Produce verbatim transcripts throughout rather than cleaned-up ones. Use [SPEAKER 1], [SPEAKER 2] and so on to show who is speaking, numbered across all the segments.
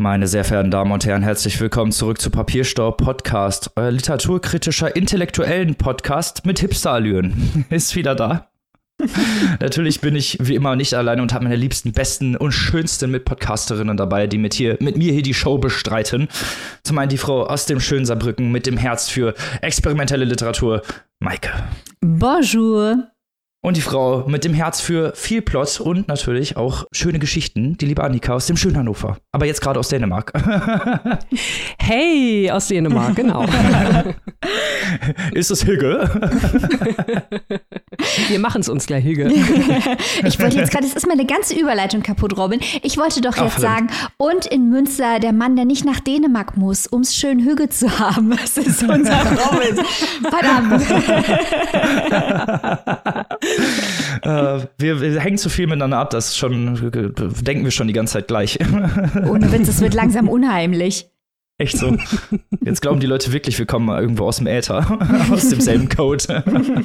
[SPEAKER 1] Meine sehr verehrten Damen und Herren, herzlich willkommen zurück zu Papierstau Podcast, euer literaturkritischer, intellektuellen Podcast mit Hipster-Allüren. Ist wieder da. Natürlich bin ich wie immer nicht alleine und habe meine liebsten, besten und schönsten Mitpodcasterinnen dabei, die mit, hier, mit mir hier die Show bestreiten. Zum einen die Frau aus dem schönen Saarbrücken mit dem Herz für experimentelle Literatur, Maike.
[SPEAKER 2] Bonjour.
[SPEAKER 1] Und die Frau mit dem Herz für viel Plot und natürlich auch schöne Geschichten, die liebe Annika aus dem schönen Hannover. Aber jetzt gerade aus Dänemark.
[SPEAKER 2] Hey, aus Dänemark, genau.
[SPEAKER 1] Ist es Hügge?
[SPEAKER 2] Wir machen es uns gleich, Hügge.
[SPEAKER 3] Ich wollte jetzt gerade, es ist meine ganze Überleitung kaputt, Robin. Ich wollte doch jetzt Ach, sagen, und in Münster der Mann, der nicht nach Dänemark muss, um es schön Hügge zu haben. Das ist unser Robin. Verdammt.
[SPEAKER 1] äh, wir, wir hängen zu viel miteinander ab, das schon, denken wir schon die ganze Zeit gleich.
[SPEAKER 3] Ohne Witz, es wird langsam unheimlich.
[SPEAKER 1] Echt so. Jetzt glauben die Leute wirklich, wir kommen irgendwo aus dem Äther, aus demselben Code.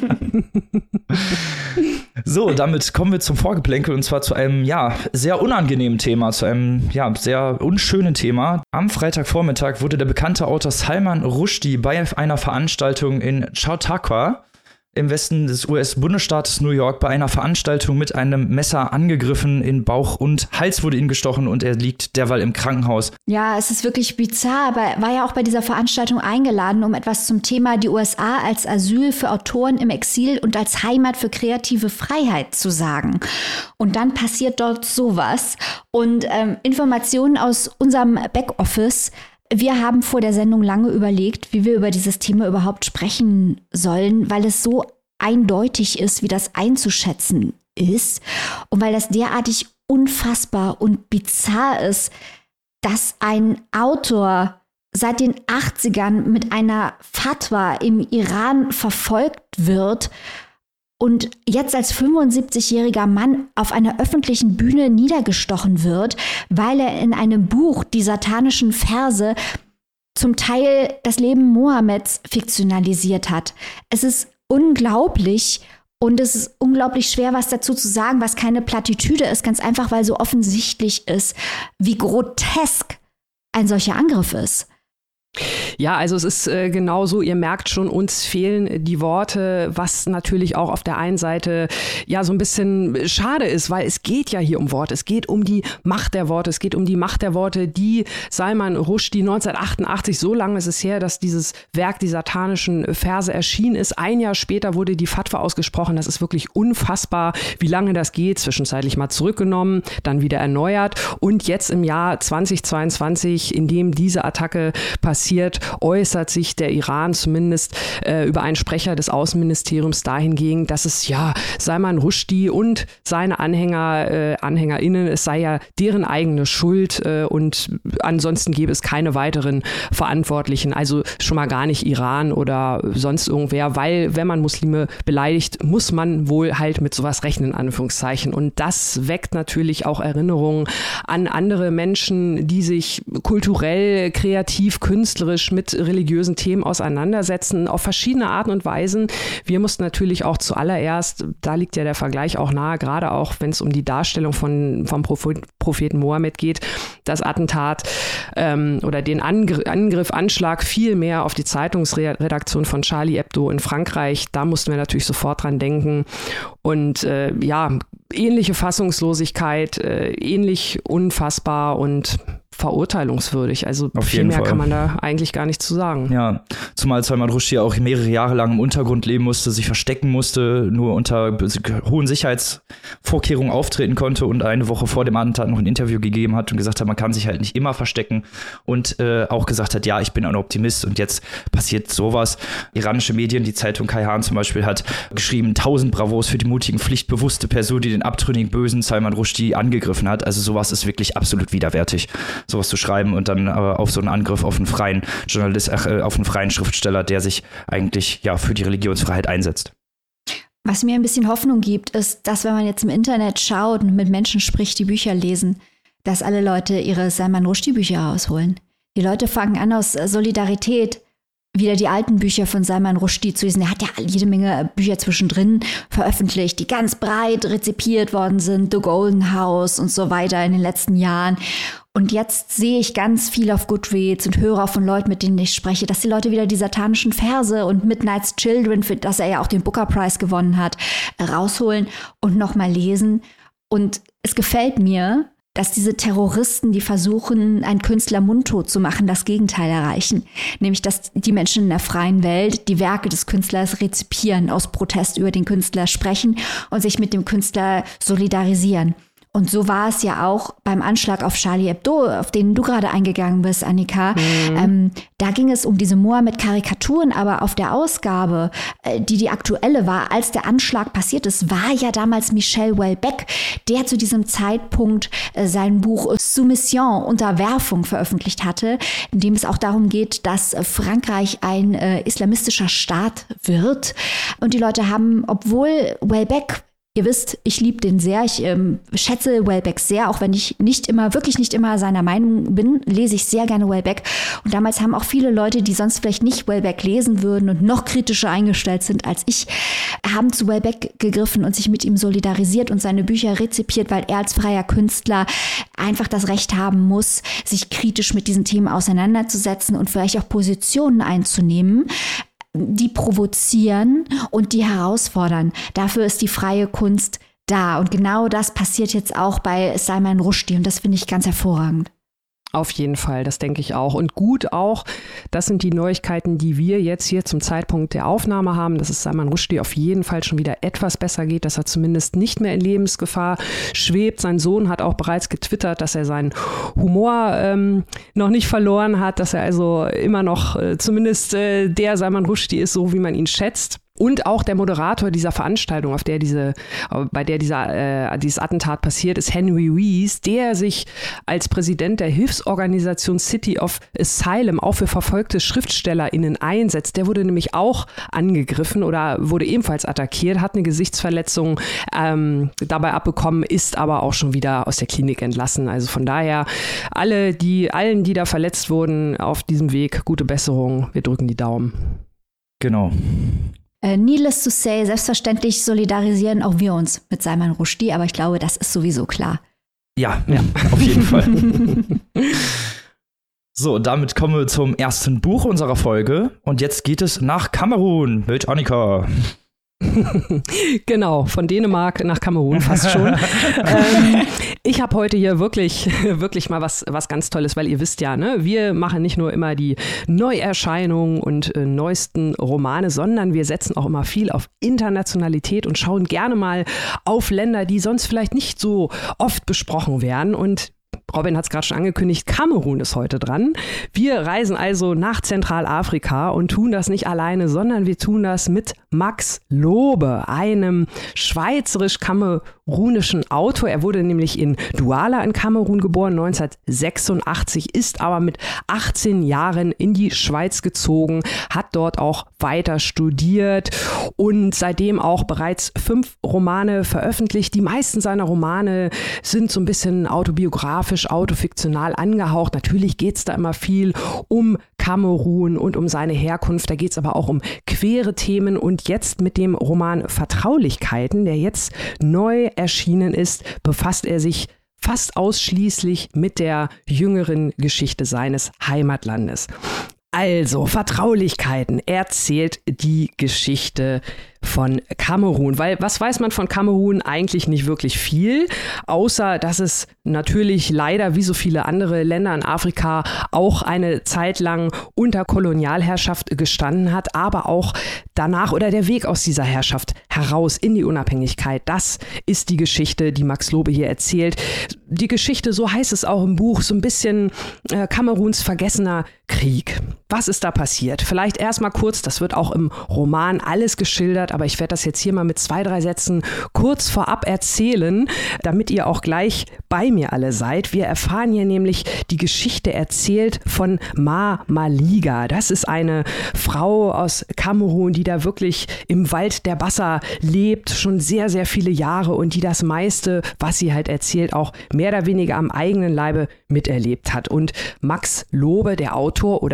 [SPEAKER 1] So, damit kommen wir zum Vorgeplänkel und zwar zu einem, ja, sehr unangenehmen Thema, zu einem, ja, sehr unschönen Thema. Am Freitagvormittag wurde der bekannte Autor Salman Rushdie bei einer Veranstaltung in Chautauqua im Westen des U S-Bundesstaates New York bei einer Veranstaltung mit einem Messer angegriffen. In Bauch und Hals wurde ihm gestochen und er liegt derweil im Krankenhaus.
[SPEAKER 3] Ja, es ist wirklich bizarr, aber er war ja auch bei dieser Veranstaltung eingeladen, um etwas zum Thema die U S A als Asyl für Autoren im Exil und als Heimat für kreative Freiheit zu sagen. Und dann passiert dort sowas. Und ähm, Informationen aus unserem Backoffice. Wir haben vor der Sendung lange überlegt, wie wir über dieses Thema überhaupt sprechen sollen, weil es so eindeutig ist, wie das einzuschätzen ist und weil das derartig unfassbar und bizarr ist, dass ein Autor seit den achtzigern mit einer Fatwa im Iran verfolgt wird und jetzt als fünfundsiebzigjähriger Mann auf einer öffentlichen Bühne niedergestochen wird, weil er in einem Buch die satanischen Verse zum Teil das Leben Mohammeds fiktionalisiert hat. Es ist unglaublich und es ist unglaublich schwer, was dazu zu sagen, was keine Plattitüde ist, ganz einfach, weil so offensichtlich ist, wie grotesk ein solcher Angriff ist.
[SPEAKER 2] Ja, also es ist äh, genau so, ihr merkt schon, uns fehlen die Worte, was natürlich auch auf der einen Seite ja so ein bisschen schade ist, weil es geht ja hier um Worte, es geht um die Macht der Worte, es geht um die Macht der Worte, die Salman Rushdie neunzehnhundertachtundachtzig, so lange ist es her, dass dieses Werk, die satanischen Verse erschienen ist. Ein Jahr später wurde die Fatwa ausgesprochen, das ist wirklich unfassbar, wie lange das geht, zwischenzeitlich mal zurückgenommen, dann wieder erneuert und jetzt im Jahr zweitausendzweiundzwanzig, in dem diese Attacke passiert, äußert sich der Iran zumindest äh, über einen Sprecher des Außenministeriums dahingegen, dass es ja Salman Rushdie und seine Anhänger, äh, AnhängerInnen, es sei ja deren eigene Schuld äh, und ansonsten gäbe es keine weiteren Verantwortlichen, also schon mal gar nicht Iran oder sonst irgendwer, weil wenn man Muslime beleidigt, muss man wohl halt mit sowas rechnen, in Anführungszeichen. Und das weckt natürlich auch Erinnerungen an andere Menschen, die sich kulturell, kreativ, künstlerisch mit religiösen Themen auseinandersetzen, auf verschiedene Arten und Weisen. Wir mussten natürlich auch zuallererst, da liegt ja der Vergleich auch nahe, gerade auch wenn es um die Darstellung von, vom Propheten Mohammed geht, das Attentat ähm, oder den Angr- Angriff, Anschlag viel mehr auf die Zeitungsredaktion von Charlie Hebdo in Frankreich. Da mussten wir natürlich sofort dran denken. Und äh, ja, ähnliche Fassungslosigkeit, äh, ähnlich unfassbar und verurteilungswürdig. Also
[SPEAKER 1] Auf
[SPEAKER 2] viel
[SPEAKER 1] jeden
[SPEAKER 2] mehr
[SPEAKER 1] Fall.
[SPEAKER 2] kann man da eigentlich gar nicht zu sagen.
[SPEAKER 1] Ja, zumal Salman Rushdie auch mehrere Jahre lang im Untergrund leben musste, sich verstecken musste, nur unter hohen Sicherheitsvorkehrungen auftreten konnte und eine Woche vor dem Attentat noch ein Interview gegeben hat und gesagt hat, man kann sich halt nicht immer verstecken und äh, auch gesagt hat, ja, ich bin ein Optimist und jetzt passiert sowas. Iranische Medien, die Zeitung Kayhan zum Beispiel, hat geschrieben, tausend Bravos für die mutigen, pflichtbewusste Person, die den abtrünnigen, bösen Salman Rushdie angegriffen hat. Also sowas ist wirklich absolut widerwärtig, sowas zu schreiben und dann aber auf so einen Angriff auf einen freien Journalist, ach, auf einen freien Schriftsteller, der sich eigentlich ja für die Religionsfreiheit einsetzt.
[SPEAKER 3] Was mir ein bisschen Hoffnung gibt, ist, dass wenn man jetzt im Internet schaut und mit Menschen spricht, die Bücher lesen, dass alle Leute ihre Salman Rushdie Bücher rausholen. Die Leute fangen an, aus Solidarität wieder die alten Bücher von Salman Rushdie zu lesen. Er hat ja jede Menge Bücher zwischendrin veröffentlicht, die ganz breit rezipiert worden sind, The Golden House und so weiter in den letzten Jahren. Und jetzt sehe ich ganz viel auf Goodreads und höre auch von Leuten, mit denen ich spreche, dass die Leute wieder die satanischen Verse und Midnight's Children, für das er ja auch den Booker Prize gewonnen hat, rausholen und nochmal lesen. Und es gefällt mir, dass diese Terroristen, die versuchen, einen Künstler mundtot zu machen, das Gegenteil erreichen. Nämlich, dass die Menschen in der freien Welt die Werke des Künstlers rezipieren, aus Protest über den Künstler sprechen und sich mit dem Künstler solidarisieren. Und so war es ja auch beim Anschlag auf Charlie Hebdo, auf den du gerade eingegangen bist, Annika. Mhm. Ähm, da ging es um diese Mohammed-Karikaturen, aber auf der Ausgabe, äh, die die aktuelle war, als der Anschlag passiert ist, war ja damals Michel Houellebecq, der zu diesem Zeitpunkt äh, sein Buch Soumission, Unterwerfung veröffentlicht hatte, in dem es auch darum geht, dass äh, Frankreich ein äh, islamistischer Staat wird. Und die Leute haben, obwohl Houellebecq, ihr wisst, ich liebe den sehr, ich ähm, schätze Houellebecq sehr, auch wenn ich nicht immer, wirklich nicht immer seiner Meinung bin, lese ich sehr gerne Houellebecq. Und damals haben auch viele Leute, die sonst vielleicht nicht Houellebecq lesen würden und noch kritischer eingestellt sind als ich, haben zu Houellebecq gegriffen und sich mit ihm solidarisiert und seine Bücher rezipiert, weil er als freier Künstler einfach das Recht haben muss, sich kritisch mit diesen Themen auseinanderzusetzen und vielleicht auch Positionen einzunehmen, die provozieren und die herausfordern. Dafür ist die freie Kunst da. Und genau das passiert jetzt auch bei Salman Rushdie. Und das finde ich ganz hervorragend.
[SPEAKER 2] Auf jeden Fall, das denke ich auch. Und gut auch, das sind die Neuigkeiten, die wir jetzt hier zum Zeitpunkt der Aufnahme haben, dass es Salman Rushdie auf jeden Fall schon wieder etwas besser geht, dass er zumindest nicht mehr in Lebensgefahr schwebt. Sein Sohn hat auch bereits getwittert, dass er seinen Humor ähm, noch nicht verloren hat, dass er also immer noch äh, zumindest äh, der Salman Rushdie ist, so wie man ihn schätzt. Und auch der Moderator dieser Veranstaltung, auf der diese, bei der dieser, äh, dieses Attentat passiert ist, Henry Wies, der sich als Präsident der Hilfsorganisation City of Asylum auch für verfolgte SchriftstellerInnen einsetzt. Der wurde nämlich auch angegriffen oder wurde ebenfalls attackiert, hat eine Gesichtsverletzung ähm, dabei abbekommen, ist aber auch schon wieder aus der Klinik entlassen. Also von daher, alle, die, allen, die da verletzt wurden, auf diesem Weg, gute Besserung. Wir drücken die Daumen.
[SPEAKER 1] Genau.
[SPEAKER 3] Uh, needless to say, selbstverständlich solidarisieren auch wir uns mit Salman Rushdie, aber ich glaube, das ist sowieso klar.
[SPEAKER 1] Ja, ja, auf jeden Fall. So, damit kommen wir zum ersten Buch unserer Folge und jetzt geht es nach Kamerun mit Annika.
[SPEAKER 2] Genau, von Dänemark nach Kamerun fast schon. ähm, ich habe heute hier wirklich, wirklich mal was, was ganz Tolles, weil ihr wisst ja, ne, wir machen nicht nur immer die Neuerscheinungen und äh, neuesten Romane, sondern wir setzen auch immer viel auf Internationalität und schauen gerne mal auf Länder, die sonst vielleicht nicht so oft besprochen werden. Und Robin hat es gerade schon angekündigt, Kamerun ist heute dran. Wir reisen also nach Zentralafrika und tun das nicht alleine, sondern wir tun das mit Max Lobe, einem schweizerisch-kamerunischen Autor. Er wurde nämlich in Douala in Kamerun geboren, neunzehnhundertsechsundachtzig, ist aber mit achtzehn Jahren in die Schweiz gezogen, hat dort auch weiter studiert und seitdem auch bereits fünf Romane veröffentlicht. Die meisten seiner Romane sind so ein bisschen autobiografisch, autofiktional angehaucht. Natürlich geht es da immer viel um Kamerun und um seine Herkunft. Da geht es aber auch um queere Themen. Und jetzt mit dem Roman Vertraulichkeiten, der jetzt neu erschienen ist, befasst er sich fast ausschließlich mit der jüngeren Geschichte seines Heimatlandes. Also, Vertraulichkeiten erzählt die Geschichte von Kamerun, weil was weiß man von Kamerun? Eigentlich nicht wirklich viel, außer dass es natürlich leider wie so viele andere Länder in Afrika auch eine Zeit lang unter Kolonialherrschaft gestanden hat, aber auch danach oder der Weg aus dieser Herrschaft heraus in die Unabhängigkeit. Das ist die Geschichte, die Max Lobe hier erzählt. Die Geschichte, so heißt es auch im Buch, so ein bisschen äh, Kameruns vergessener Krieg. Was ist da passiert? Vielleicht erstmal kurz, das wird auch im Roman alles geschildert, aber ich werde das jetzt hier mal mit zwei, drei Sätzen kurz vorab erzählen, damit ihr auch gleich bei mir alle seid. Wir erfahren hier nämlich die Geschichte erzählt von Ma Maliga. Das ist eine Frau aus Kamerun, die da wirklich im Wald der Bassa lebt, schon sehr, sehr viele Jahre und die das meiste, was sie halt erzählt, auch mehr oder weniger am eigenen Leibe miterlebt hat. Und Max Lobe, der Autor oder die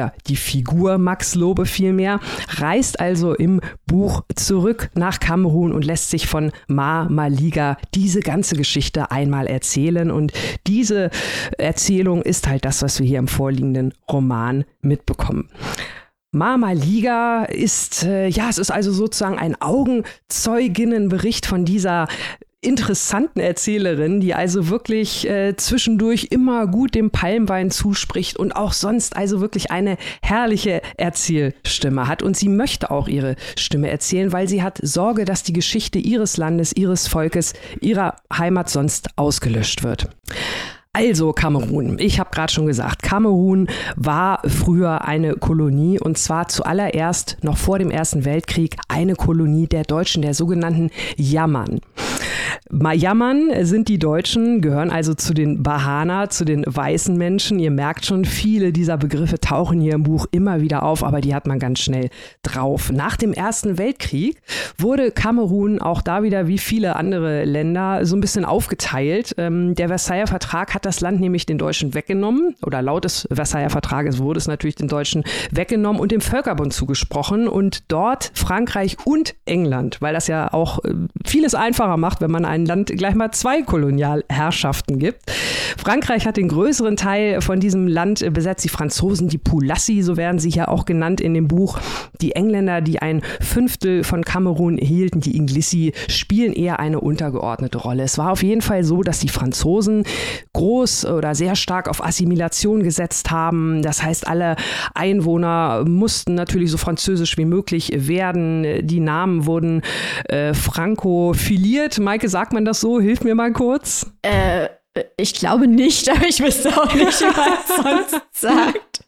[SPEAKER 2] Figur Max Lobe vielmehr, reist also im Buch zurück nach Kamerun und lässt sich von Ma Maliga diese ganze Geschichte einmal erzählen. Und diese Erzählung ist halt das, was wir hier im vorliegenden Roman mitbekommen. Ma Maliga ist, äh, ja, es ist also sozusagen ein Augenzeuginnenbericht von dieser interessanten Erzählerin, die also wirklich äh, zwischendurch immer gut dem Palmwein zuspricht und auch sonst also wirklich eine herrliche Erzählstimme hat. Und sie möchte auch ihre Stimme erzählen, weil sie hat Sorge, dass die Geschichte ihres Landes, ihres Volkes, ihrer Heimat sonst ausgelöscht wird. Also Kamerun. Ich habe gerade schon gesagt, Kamerun war früher eine Kolonie und zwar zuallererst noch vor dem Ersten Weltkrieg eine Kolonie der Deutschen, der sogenannten Yaman. Yaman sind die Deutschen, gehören also zu den Bahana, zu den weißen Menschen. Ihr merkt schon, viele dieser Begriffe tauchen hier im Buch immer wieder auf, aber die hat man ganz schnell drauf. Nach dem Ersten Weltkrieg wurde Kamerun auch da wieder wie viele andere Länder so ein bisschen aufgeteilt. Der Versailler Vertrag hat das Land nämlich den Deutschen weggenommen oder laut des Versailler Vertrages wurde es natürlich den Deutschen weggenommen und dem Völkerbund zugesprochen und dort Frankreich und England, weil das ja auch vieles einfacher macht, wenn man ein Land gleich mal zwei Kolonialherrschaften gibt. Frankreich hat den größeren Teil von diesem Land besetzt, die Franzosen, die Pulassi, so werden sie hier auch genannt in dem Buch. Die Engländer, die ein Fünftel von Kamerun hielten, die Inglissi, spielen eher eine untergeordnete Rolle. Es war auf jeden Fall so, dass die Franzosen groß oder sehr stark auf Assimilation gesetzt haben. Das heißt, alle Einwohner mussten natürlich so französisch wie möglich werden. Die Namen wurden äh, frankophiliert. Maike, sagt man das so? Hilf mir mal kurz.
[SPEAKER 3] Äh, ich glaube nicht, aber ich wüsste auch nicht, wie man es sonst sagt.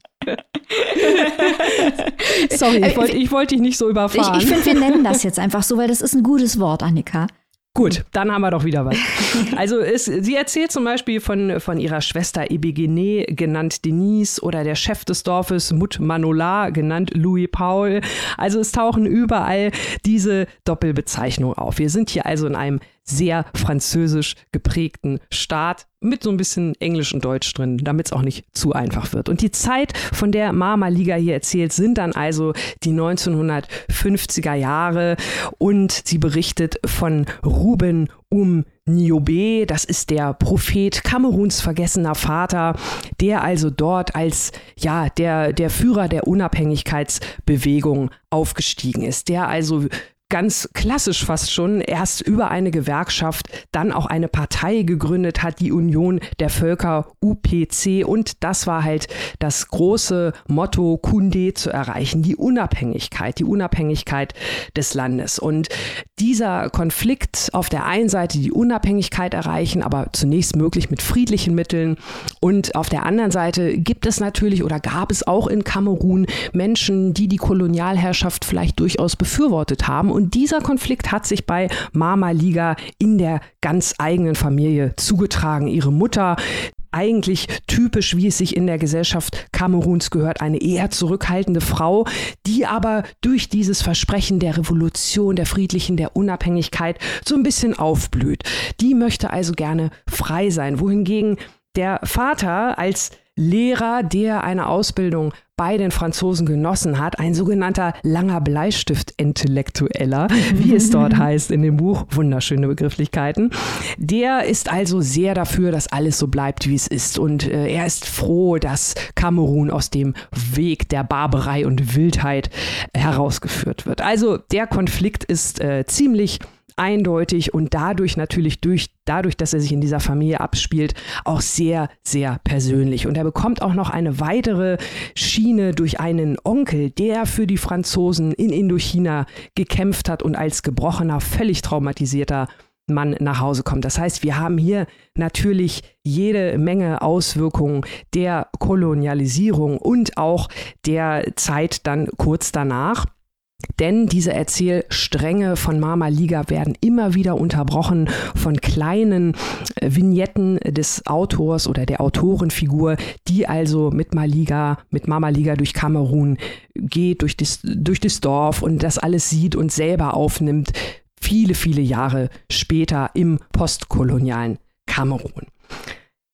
[SPEAKER 2] Sorry, ich wollte ich wollt dich nicht so überfahren.
[SPEAKER 3] Ich, ich finde, wir nennen das jetzt einfach so, weil das ist ein gutes Wort, Annika.
[SPEAKER 2] Gut, dann haben wir doch wieder was. Also es, sie erzählt zum Beispiel von, von ihrer Schwester Ebegene, genannt Denise, oder der Chef des Dorfes Mut Manola, genannt Louis Paul. Also es tauchen überall diese Doppelbezeichnungen auf. Wir sind hier also in einem sehr französisch geprägten Staat mit so ein bisschen Englisch und Deutsch drin, damit es auch nicht zu einfach wird. Und die Zeit, von der Ma Maliga hier erzählt, sind dann also die neunzehnhundertfünfziger Jahre und sie berichtet von Ruben Um Niobe, das ist der Prophet, Kameruns vergessener Vater, der also dort als ja der, der Führer der Unabhängigkeitsbewegung aufgestiegen ist, der also ganz klassisch fast schon erst über eine Gewerkschaft dann auch eine Partei gegründet hat, die Union der Völker, U P C, und das war halt das große Motto, Koundé zu erreichen, die Unabhängigkeit, die Unabhängigkeit des Landes. Und dieser Konflikt, auf der einen Seite die Unabhängigkeit erreichen, aber zunächst möglich mit friedlichen Mitteln, und auf der anderen Seite gibt es natürlich oder gab es auch in Kamerun Menschen, die die Kolonialherrschaft vielleicht durchaus befürwortet haben. Und dieser Konflikt hat sich bei Ma Maliga in der ganz eigenen Familie zugetragen. Ihre Mutter, eigentlich typisch, wie es sich in der Gesellschaft Kameruns gehört, eine eher zurückhaltende Frau, die aber durch dieses Versprechen der Revolution, der friedlichen, der Unabhängigkeit so ein bisschen aufblüht. Die möchte also gerne frei sein, wohingegen der Vater als Lehrer, der eine Ausbildung bei den Franzosen genossen hat, ein sogenannter langer Bleistift-Intellektueller, wie es dort heißt in dem Buch, wunderschöne Begrifflichkeiten. Der ist also sehr dafür, dass alles so bleibt, wie es ist, und äh, er ist froh, dass Kamerun aus dem Weg der Barbarei und Wildheit herausgeführt wird. Also der Konflikt ist äh, ziemlich eindeutig und dadurch natürlich durch, dadurch, dass er sich in dieser Familie abspielt, auch sehr, sehr persönlich. Und er bekommt auch noch eine weitere Schiene durch einen Onkel, der für die Franzosen in Indochina gekämpft hat und als gebrochener, völlig traumatisierter Mann nach Hause kommt. Das heißt, wir haben hier natürlich jede Menge Auswirkungen der Kolonialisierung und auch der Zeit dann kurz danach. Denn diese Erzählstränge von Ma Maliga werden immer wieder unterbrochen von kleinen Vignetten des Autors oder der Autorenfigur, die also mit Maliga, mit Ma Maliga durch Kamerun geht, durch das, durch das Dorf und das alles sieht und selber aufnimmt, viele, viele Jahre später im postkolonialen Kamerun.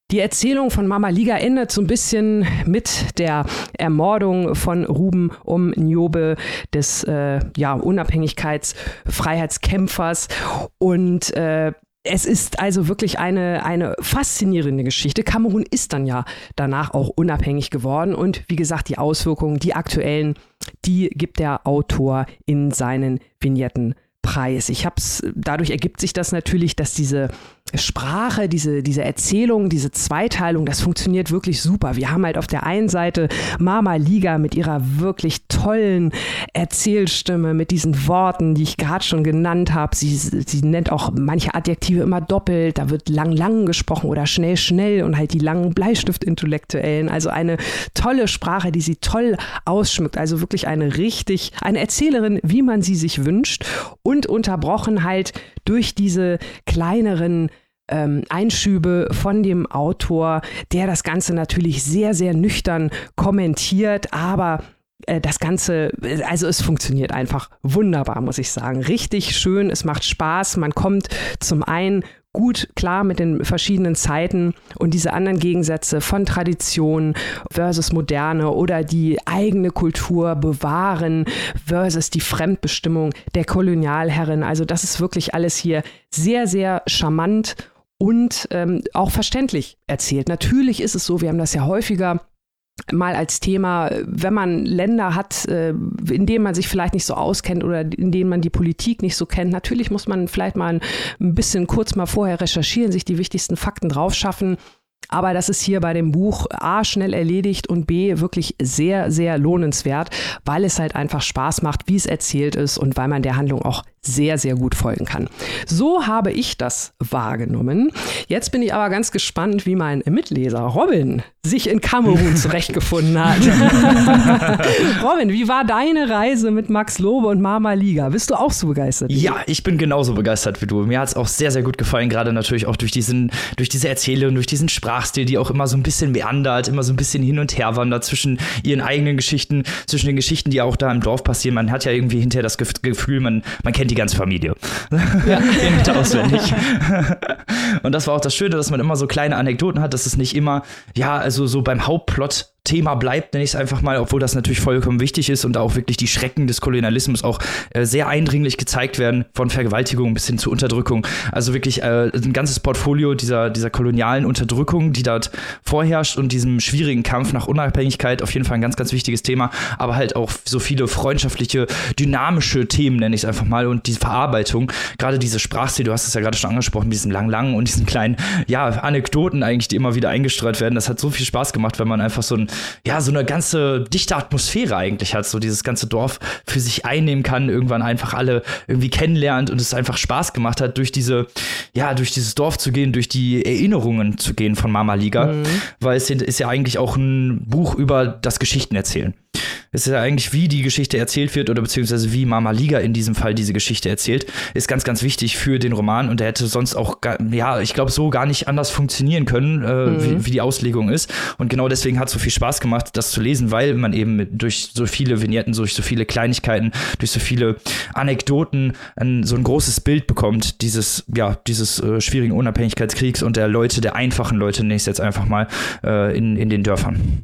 [SPEAKER 2] Die Erzählung von Mama Liga endet so ein bisschen mit der Ermordung von Ruben Um Nyobe, des äh, ja, Unabhängigkeits-Freiheitskämpfers. Und äh, es ist also wirklich eine, eine faszinierende Geschichte. Kamerun ist dann ja danach auch unabhängig geworden. Und wie gesagt, die Auswirkungen, die aktuellen, die gibt der Autor in seinen Vignetten preis. Ich hab's, dadurch ergibt sich das natürlich, dass diese Sprache, diese, diese Erzählung, diese Zweiteilung, das funktioniert wirklich super. Wir haben halt auf der einen Seite Mama Liga mit ihrer wirklich tollen Erzählstimme, mit diesen Worten, die ich gerade schon genannt habe. Sie, sie nennt auch manche Adjektive immer doppelt. Da wird lang, lang gesprochen oder schnell, schnell und halt die langen Bleistift-Intellektuellen. Also eine tolle Sprache, die sie toll ausschmückt. Also wirklich eine richtig, eine Erzählerin, wie man sie sich wünscht, und unterbrochen halt durch diese kleineren Ähm, Einschübe von dem Autor, der das Ganze natürlich sehr, sehr nüchtern kommentiert, aber äh, das Ganze, also es funktioniert einfach wunderbar, muss ich sagen. Richtig schön, es macht Spaß, man kommt zum einen gut klar mit den verschiedenen Zeiten und diese anderen Gegensätze von Tradition versus Moderne oder die eigene Kultur bewahren versus die Fremdbestimmung der Kolonialherren. Also das ist wirklich alles hier sehr, sehr charmant und ähm, auch verständlich erzählt. Natürlich ist es so, wir haben das ja häufiger mal als Thema, wenn man Länder hat, in denen man sich vielleicht nicht so auskennt oder in denen man die Politik nicht so kennt. Natürlich muss man vielleicht mal ein bisschen kurz mal vorher recherchieren, sich die wichtigsten Fakten drauf schaffen. Aber das ist hier bei dem Buch A, schnell erledigt und B, wirklich sehr, sehr lohnenswert, weil es halt einfach Spaß macht, wie es erzählt ist und weil man der Handlung auch sehr, sehr gut folgen kann. So habe ich das wahrgenommen. Jetzt bin ich aber ganz gespannt, wie mein Mitleser Robin sich in Kamerun zurechtgefunden hat. Robin, wie war deine Reise mit Max Lobe und Mama Liga? Bist du auch so begeistert?
[SPEAKER 1] Ja, ich bin genauso begeistert wie du. Mir hat es auch sehr, sehr gut gefallen, gerade natürlich auch durch diesen, durch diese Erzählung, durch diesen Sprachstil, die auch immer so ein bisschen meandert, immer so ein bisschen hin und her wandert zwischen ihren eigenen Geschichten, zwischen den Geschichten, die auch da im Dorf passieren. Man hat ja irgendwie hinterher das Gefühl, man, man kennt die ganze Familie. Ja. Auswendig. Und das war auch das Schöne, dass man immer so kleine Anekdoten hat, dass es nicht immer, ja, also so beim Hauptplot Thema bleibt, nenne ich es einfach mal, obwohl das natürlich vollkommen wichtig ist und auch wirklich die Schrecken des Kolonialismus auch äh, sehr eindringlich gezeigt werden, von Vergewaltigung bis hin zu Unterdrückung. Also wirklich äh, ein ganzes Portfolio dieser, dieser kolonialen Unterdrückung, die dort vorherrscht und diesem schwierigen Kampf nach Unabhängigkeit, auf jeden Fall ein ganz, ganz wichtiges Thema, aber halt auch so viele freundschaftliche, dynamische Themen, nenne ich es einfach mal, und die Verarbeitung, gerade diese Sprachstil, du hast es ja gerade schon angesprochen, mit diesen lang-lang und diesen kleinen, ja, Anekdoten eigentlich, die immer wieder eingestreut werden, das hat so viel Spaß gemacht, weil man einfach so ein ja, so eine ganze dichte Atmosphäre eigentlich hat, so dieses ganze Dorf für sich einnehmen kann, irgendwann einfach alle irgendwie kennenlernt und es einfach Spaß gemacht hat, durch diese, ja, durch dieses Dorf zu gehen, durch die Erinnerungen zu gehen von Mama Liga, mhm. weil es ist ja eigentlich auch ein Buch über das Geschichtenerzählen. Es ist ja eigentlich, wie die Geschichte erzählt wird oder beziehungsweise wie Mama Liga in diesem Fall diese Geschichte erzählt, ist ganz, ganz wichtig für den Roman und der hätte sonst auch, gar, ja, ich glaube, so gar nicht anders funktionieren können, äh, mhm. wie, wie die Auslegung ist. Und genau deswegen hat es so viel Spaß gemacht, das zu lesen, weil man eben mit, durch so viele Vignetten, durch so viele Kleinigkeiten, durch so viele Anekdoten ein, so ein großes Bild bekommt, dieses, ja, dieses äh, schwierigen Unabhängigkeitskriegs und der Leute, der einfachen Leute, nenne ich es jetzt einfach mal, äh, in, in den Dörfern.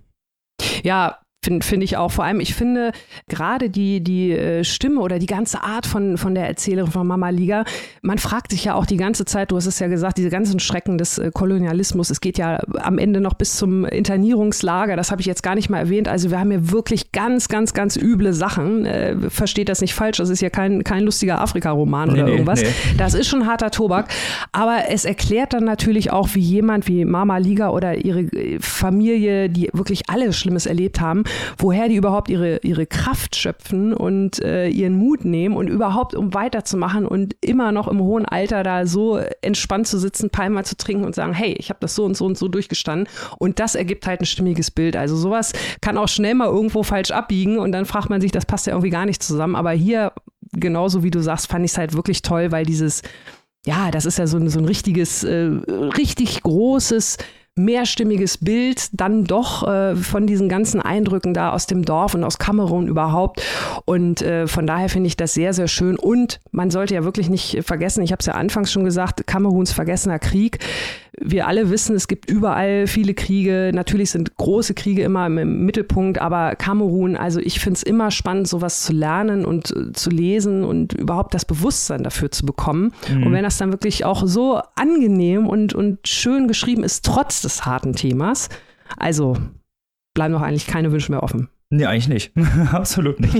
[SPEAKER 2] Ja, Finde find ich auch. Vor allem, ich finde gerade die, die äh, Stimme oder die ganze Art von, von der Erzählerin von Mama Liga, man fragt sich ja auch die ganze Zeit, du hast es ja gesagt, diese ganzen Schrecken des äh, Kolonialismus, es geht ja am Ende noch bis zum Internierungslager, das habe ich jetzt gar nicht mal erwähnt, also wir haben hier wirklich ganz, ganz, ganz üble Sachen, äh, versteht das nicht falsch, das ist ja kein, kein lustiger Afrika-Roman nee, oder irgendwas, nee. Das ist schon harter Tobak, aber es erklärt dann natürlich auch, wie jemand wie Mama Liga oder ihre Familie, die wirklich alles Schlimmes erlebt haben, woher die überhaupt ihre, ihre Kraft schöpfen und äh, ihren Mut nehmen und überhaupt, um weiterzumachen und immer noch im hohen Alter da so entspannt zu sitzen, Palma zu trinken und sagen, hey, ich habe das so und so und so durchgestanden und das ergibt halt ein stimmiges Bild. Also sowas kann auch schnell mal irgendwo falsch abbiegen und dann fragt man sich, das passt ja irgendwie gar nicht zusammen, aber hier, genauso wie du sagst, fand ich es halt wirklich toll, weil dieses, ja, das ist ja so ein, so ein richtiges, äh, richtig großes mehrstimmiges Bild dann doch äh, von diesen ganzen Eindrücken da aus dem Dorf und aus Kamerun überhaupt. Und äh, von daher finde ich das sehr, sehr schön. Und man sollte ja wirklich nicht vergessen, ich habe es ja anfangs schon gesagt, Kameruns vergessener Krieg. wir alle wissen, es gibt überall viele Kriege. Natürlich sind große Kriege immer im, im Mittelpunkt, aber Kamerun, also ich finde es immer spannend, sowas zu lernen und äh, zu lesen und überhaupt das Bewusstsein dafür zu bekommen. Mhm. Und wenn das dann wirklich auch so angenehm und, und schön geschrieben ist, trotz des harten Themas, also bleiben doch eigentlich keine Wünsche mehr offen.
[SPEAKER 1] Nee, eigentlich nicht. Absolut nicht.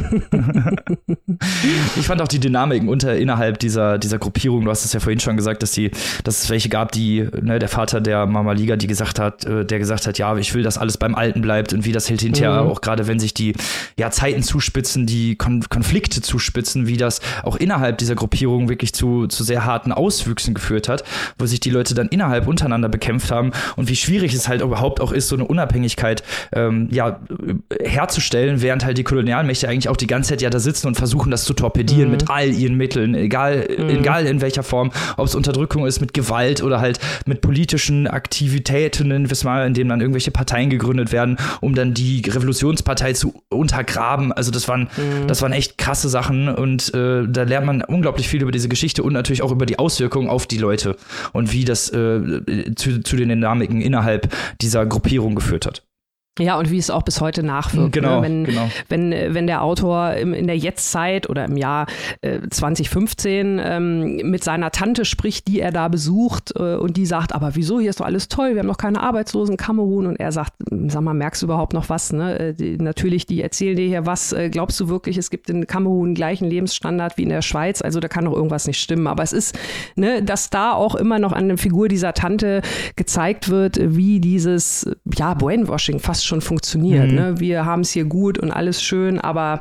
[SPEAKER 1] Ich fand auch die Dynamiken unter, innerhalb dieser, dieser Gruppierung, du hast es ja vorhin schon gesagt, dass, die, dass es welche gab, die, ne, der Vater der Mama Liga, die gesagt hat, äh, der gesagt hat, ja, ich will, dass alles beim Alten bleibt und wie das hält hinterher, mhm. auch gerade wenn sich die ja, Zeiten zuspitzen, die Kon- Konflikte zuspitzen, wie das auch innerhalb dieser Gruppierung wirklich zu, zu sehr harten Auswüchsen geführt hat, wo sich die Leute dann innerhalb untereinander bekämpft haben und wie schwierig es halt überhaupt auch ist, so eine Unabhängigkeit ähm, ja, herzustellen. Während halt die Kolonialmächte eigentlich auch die ganze Zeit ja da sitzen und versuchen, das zu torpedieren mhm. mit all ihren Mitteln, egal, mhm. egal in welcher Form, ob es Unterdrückung ist mit Gewalt oder halt mit politischen Aktivitäten, in denen dann irgendwelche Parteien gegründet werden, um dann die Revolutionspartei zu untergraben. Also das waren, mhm. das waren echt krasse Sachen und äh, da lernt man unglaublich viel über diese Geschichte und natürlich auch über die Auswirkungen auf die Leute und wie das äh, zu, zu den Dynamiken innerhalb dieser Gruppierung geführt hat.
[SPEAKER 2] Ja, und wie es auch bis heute nachwirkt.
[SPEAKER 1] Genau,
[SPEAKER 2] ne? wenn,
[SPEAKER 1] genau.
[SPEAKER 2] wenn, wenn der Autor im, in der Jetztzeit oder im Jahr äh, zwanzig fünfzehn ähm, mit seiner Tante spricht, die er da besucht äh, und die sagt, aber wieso, hier ist doch alles toll, wir haben doch keine Arbeitslosen in Kamerun. Und er sagt, sag mal, merkst du überhaupt noch was? Ne? Die, natürlich, die erzählen dir hier was. Äh, glaubst du wirklich, es gibt in Kamerun gleichen Lebensstandard wie in der Schweiz? Also da kann doch irgendwas nicht stimmen. Aber es ist, ne, dass da auch immer noch an der Figur dieser Tante gezeigt wird, wie dieses ja, Brainwashing fast schon funktioniert. Mhm. Ne? Wir haben es hier gut und alles schön, aber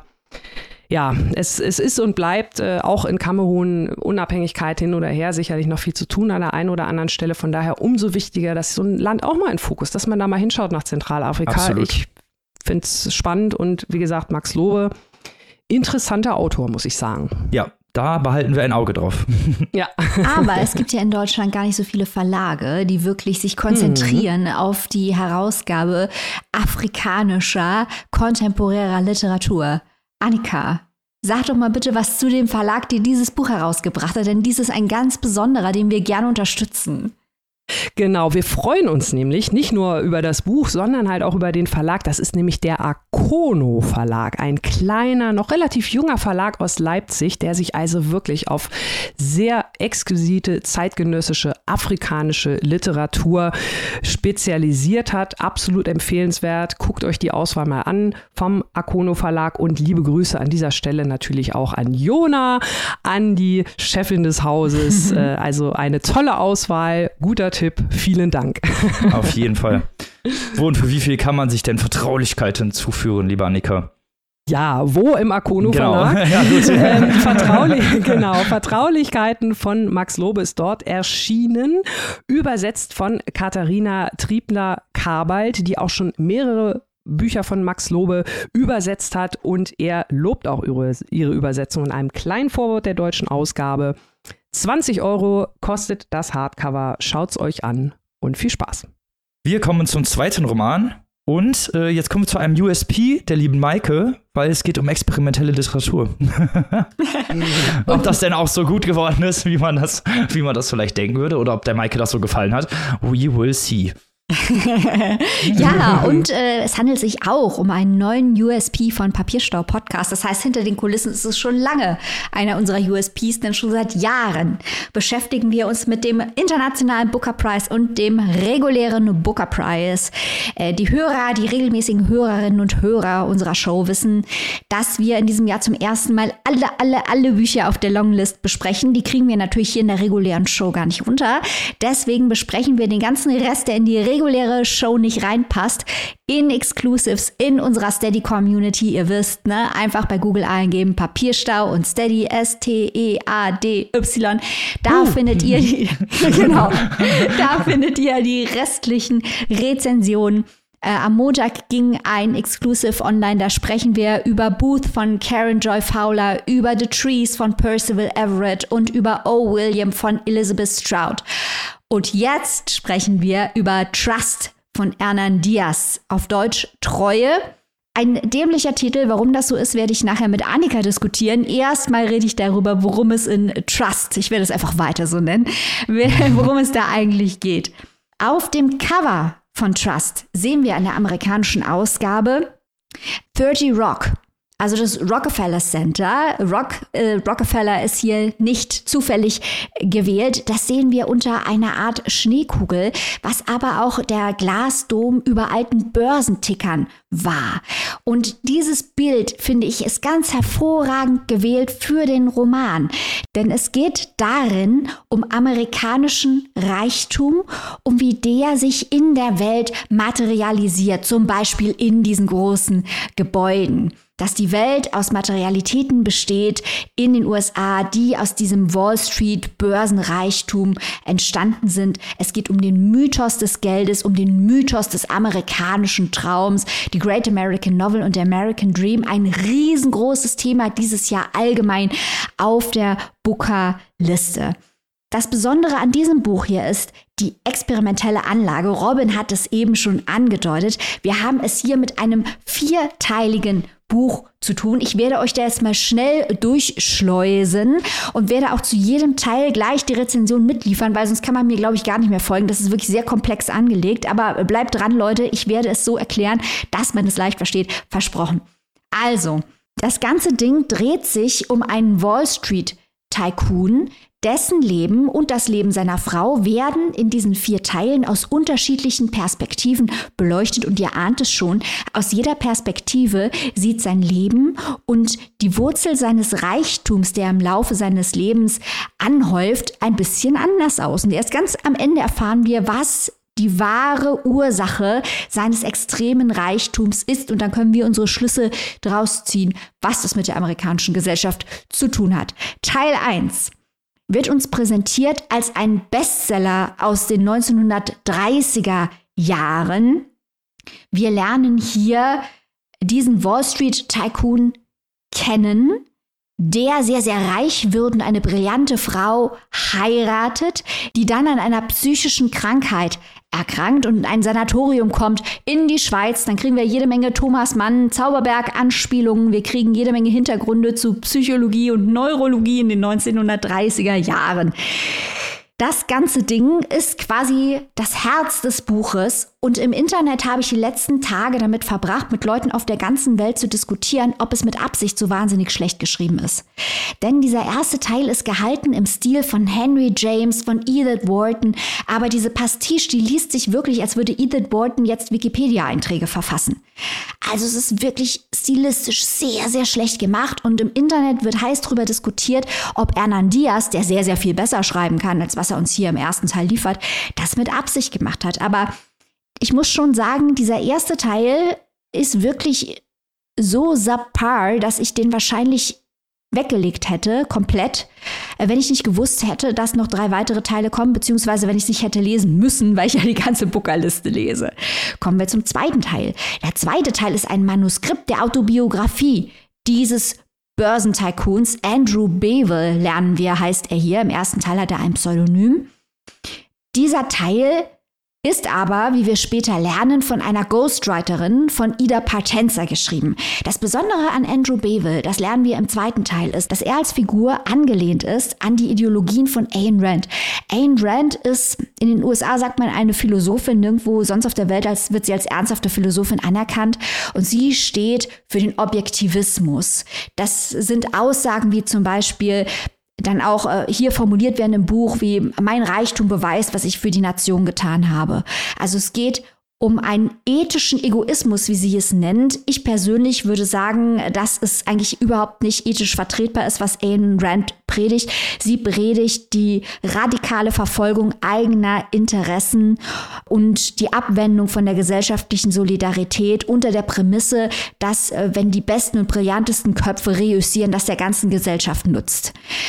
[SPEAKER 2] ja, es, es ist und bleibt äh, auch in Kamerun Unabhängigkeit hin oder her sicherlich noch viel zu tun an der einen oder anderen Stelle. Von daher umso wichtiger, dass so ein Land auch mal in Fokus, dass man da mal hinschaut nach Zentralafrika.
[SPEAKER 1] Absolut.
[SPEAKER 2] Ich finde es spannend und wie gesagt, Max Lobe, interessanter Autor, muss ich sagen.
[SPEAKER 1] Ja. Da behalten wir ein Auge drauf.
[SPEAKER 2] Ja.
[SPEAKER 3] Aber es gibt ja in Deutschland gar nicht so viele Verlage, die wirklich sich konzentrieren mhm. auf die Herausgabe afrikanischer, kontemporärer Literatur. Annika, sag doch mal bitte was zu dem Verlag, der dieses Buch herausgebracht hat, denn dies ist ein ganz besonderer, den wir gerne unterstützen.
[SPEAKER 2] Genau, wir freuen uns nämlich nicht nur über das Buch, sondern halt auch über den Verlag. Das ist nämlich der Akono Verlag, ein kleiner, noch relativ junger Verlag aus Leipzig, der sich also wirklich auf sehr exquisite, zeitgenössische, afrikanische Literatur spezialisiert hat. Absolut empfehlenswert. Guckt euch die Auswahl mal an vom Akono Verlag und liebe Grüße an dieser Stelle natürlich auch an Jona, an die Chefin des Hauses. Also eine tolle Auswahl, guter Tipp, vielen Dank.
[SPEAKER 1] Auf jeden Fall. Wo und für wie viel kann man sich denn Vertraulichkeiten zuführen, liebe Annika?
[SPEAKER 2] Ja, wo im Akono Verlag?
[SPEAKER 1] Genau. Ja, gut.
[SPEAKER 2] ähm, Vertraulich, genau, Vertraulichkeiten von Max Lobe ist dort erschienen, übersetzt von Katharina Triebner-Karbald, die auch schon mehrere Bücher von Max Lobe übersetzt hat und er lobt auch ihre, ihre Übersetzung in einem kleinen Vorwort der deutschen Ausgabe. zwanzig Euro kostet das Hardcover. Schaut's euch an und viel Spaß.
[SPEAKER 1] Wir kommen zum zweiten Roman und äh, jetzt kommen wir zu einem U S P der lieben Maike, weil es geht um experimentelle Literatur. Ob das denn auch so gut geworden ist, wie man das, wie man das vielleicht denken würde oder ob der Maike das so gefallen hat. We will see.
[SPEAKER 3] Ja, und äh, es handelt sich auch um einen neuen U S P von Papierstau Podcast. Das heißt, hinter den Kulissen ist es schon lange einer unserer U S Ps, denn schon seit Jahren beschäftigen wir uns mit dem internationalen Booker Prize und dem regulären Booker Prize. Äh, die Hörer, die regelmäßigen Hörerinnen und Hörer unserer Show wissen, dass wir in diesem Jahr zum ersten Mal alle, alle, alle Bücher auf der Longlist besprechen. Die kriegen wir natürlich hier in der regulären Show gar nicht unter. Deswegen besprechen wir den ganzen Rest, der in die reguläre Show nicht reinpasst, in Exclusives in unserer Steady-Community. Ihr wisst, ne, einfach bei Google eingeben, Papierstau und Steady, S T E A D Y. Da uh. findet ihr die, genau, da findet ihr die restlichen Rezensionen. Äh, am Montag ging ein Exclusive online, da sprechen wir über Booth von Karen Joy Fowler, über The Trees von Percival Everett und über O. William von Elizabeth Strout. Und jetzt sprechen wir über Trust von Hernan Diaz, auf Deutsch Treue. Ein dämlicher Titel, warum das so ist, werde ich nachher mit Annika diskutieren. Erstmal rede ich darüber, worum es in Trust, ich werde es einfach weiter so nennen, worum es da eigentlich geht. Auf dem Cover von Trust sehen wir in der amerikanischen Ausgabe thirty Rock. Also das Rockefeller Center. Rock, äh, Rockefeller ist hier nicht zufällig gewählt. Das sehen wir unter einer Art Schneekugel, was aber auch der Glasdom über alten Börsentickern war. Und dieses Bild, finde ich, ist ganz hervorragend gewählt für den Roman. Denn es geht darin um amerikanischen Reichtum, um wie der sich in der Welt materialisiert, zum Beispiel in diesen großen Gebäuden. Dass die Welt aus Materialitäten besteht in den U S A, die aus diesem Wall Street Börsenreichtum entstanden sind. Es geht um den Mythos des Geldes, um den Mythos des amerikanischen Traums, die Great American Novel und der American Dream. Ein riesengroßes Thema dieses Jahr allgemein auf der Booker-Liste. Das Besondere an diesem Buch hier ist die experimentelle Anlage. Robin hat es eben schon angedeutet. Wir haben es hier mit einem vierteiligen Buch zu tun. Ich werde euch da jetzt mal schnell durchschleusen und werde auch zu jedem Teil gleich die Rezension mitliefern, weil sonst kann man mir, glaube ich, gar nicht mehr folgen. Das ist wirklich sehr komplex angelegt. Aber bleibt dran, Leute. Ich werde es so erklären, dass man es leicht versteht. Versprochen. Also, das ganze Ding dreht sich um einen Wall Street Tycoon. Dessen Leben und das Leben seiner Frau werden in diesen vier Teilen aus unterschiedlichen Perspektiven beleuchtet. Und ihr ahnt es schon, aus jeder Perspektive sieht sein Leben und die Wurzel seines Reichtums, der im Laufe seines Lebens anhäuft, ein bisschen anders aus. Und erst ganz am Ende erfahren wir, was die wahre Ursache seines extremen Reichtums ist. Und dann können wir unsere Schlüsse daraus ziehen, was das mit der amerikanischen Gesellschaft zu tun hat. Teil eins wird uns präsentiert als ein Bestseller aus den neunzehnhundertdreißiger Jahren. Wir lernen hier diesen Wall Street Tycoon kennen, der sehr, sehr reich wird und eine brillante Frau heiratet, die dann an einer psychischen Krankheit erkrankt und in ein Sanatorium kommt in die Schweiz. Dann kriegen wir jede Menge Thomas Mann, Zauberberg-Anspielungen. Wir kriegen jede Menge Hintergründe zu Psychologie und Neurologie in den neunzehnhundertdreißiger Jahren. Das ganze Ding ist quasi das Herz des Buches. Und im Internet habe ich die letzten Tage damit verbracht, mit Leuten auf der ganzen Welt zu diskutieren, ob es mit Absicht so wahnsinnig schlecht geschrieben ist. Denn dieser erste Teil ist gehalten im Stil von Henry James, von Edith Wharton. Aber diese Pastiche, die liest sich wirklich, als würde Edith Wharton jetzt Wikipedia-Einträge verfassen. Also es ist wirklich stilistisch sehr, sehr schlecht gemacht. Und im Internet wird heiß darüber diskutiert, ob Hernan Diaz, der sehr, sehr viel besser schreiben kann, als was er uns hier im ersten Teil liefert, das mit Absicht gemacht hat. Aber ich muss schon sagen, dieser erste Teil ist wirklich so subpar, dass ich den wahrscheinlich weggelegt hätte, komplett, wenn ich nicht gewusst hätte, dass noch drei weitere Teile kommen, beziehungsweise wenn ich es nicht hätte lesen müssen, weil ich ja die ganze Booker-Liste lese. Kommen wir zum zweiten Teil. Der zweite Teil ist ein Manuskript der Autobiografie dieses Börsentycoons. Andrew Bevel lernen wir, heißt er hier. Im ersten Teil hat er ein Pseudonym. Dieser Teil ist aber, wie wir später lernen, von einer Ghostwriterin, von Ida Partenza geschrieben. Das Besondere an Andrew Bevel, das lernen wir im zweiten Teil, ist, dass er als Figur angelehnt ist an die Ideologien von Ayn Rand. Ayn Rand ist, in den U S A sagt man, eine Philosophin, nirgendwo sonst auf der Welt als, wird sie als ernsthafte Philosophin anerkannt. Und sie steht für den Objektivismus. Das sind Aussagen wie zum Beispiel, dann auch äh, hier formuliert werden im Buch, wie mein Reichtum beweist, was ich für die Nation getan habe. Also es geht um einen ethischen Egoismus, wie sie es nennt. Ich persönlich würde sagen, dass es eigentlich überhaupt nicht ethisch vertretbar ist, was Ayn Rand predigt. Sie predigt die radikale Verfolgung eigener Interessen und die Abwendung von der gesellschaftlichen Solidarität unter der Prämisse, dass, äh, wenn die besten und brillantesten Köpfe reüssieren, das der ganzen Gesellschaft nutzt.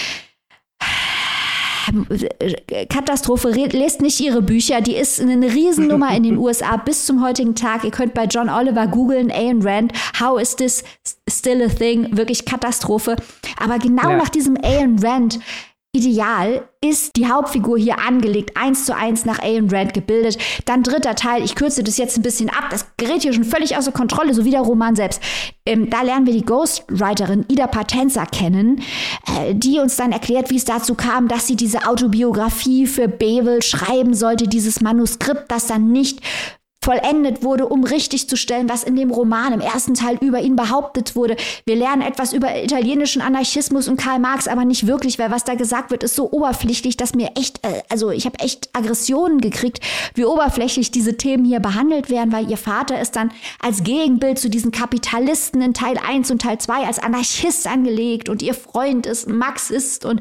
[SPEAKER 3] Katastrophe, lest nicht ihre Bücher, die ist eine Riesennummer in den U S A bis zum heutigen Tag. Ihr könnt bei John Oliver googeln, Ayn Rand, how is this still a thing? Wirklich Katastrophe. Aber genau ja. nach diesem Ayn Rand Ideal ist die Hauptfigur hier angelegt, eins zu eins nach Ayn Rand gebildet. Dann dritter Teil, ich kürze das jetzt ein bisschen ab, das gerät hier schon völlig außer Kontrolle, so wie der Roman selbst. Ähm, da lernen wir die Ghostwriterin Ida Partenza kennen, äh, die uns dann erklärt, wie es dazu kam, dass sie diese Autobiografie für Bebel schreiben sollte, dieses Manuskript, das dann nicht vollendet wurde, um richtig zu stellen, was in dem Roman im ersten Teil über ihn behauptet wurde. Wir lernen etwas über italienischen Anarchismus und Karl Marx, aber nicht wirklich, weil was da gesagt wird, ist so oberflächlich, dass mir echt, äh, also ich habe echt Aggressionen gekriegt, wie oberflächlich diese Themen hier behandelt werden, weil ihr Vater ist dann als Gegenbild zu diesen Kapitalisten in Teil eins und Teil zwei als Anarchist angelegt und ihr Freund ist Marxist und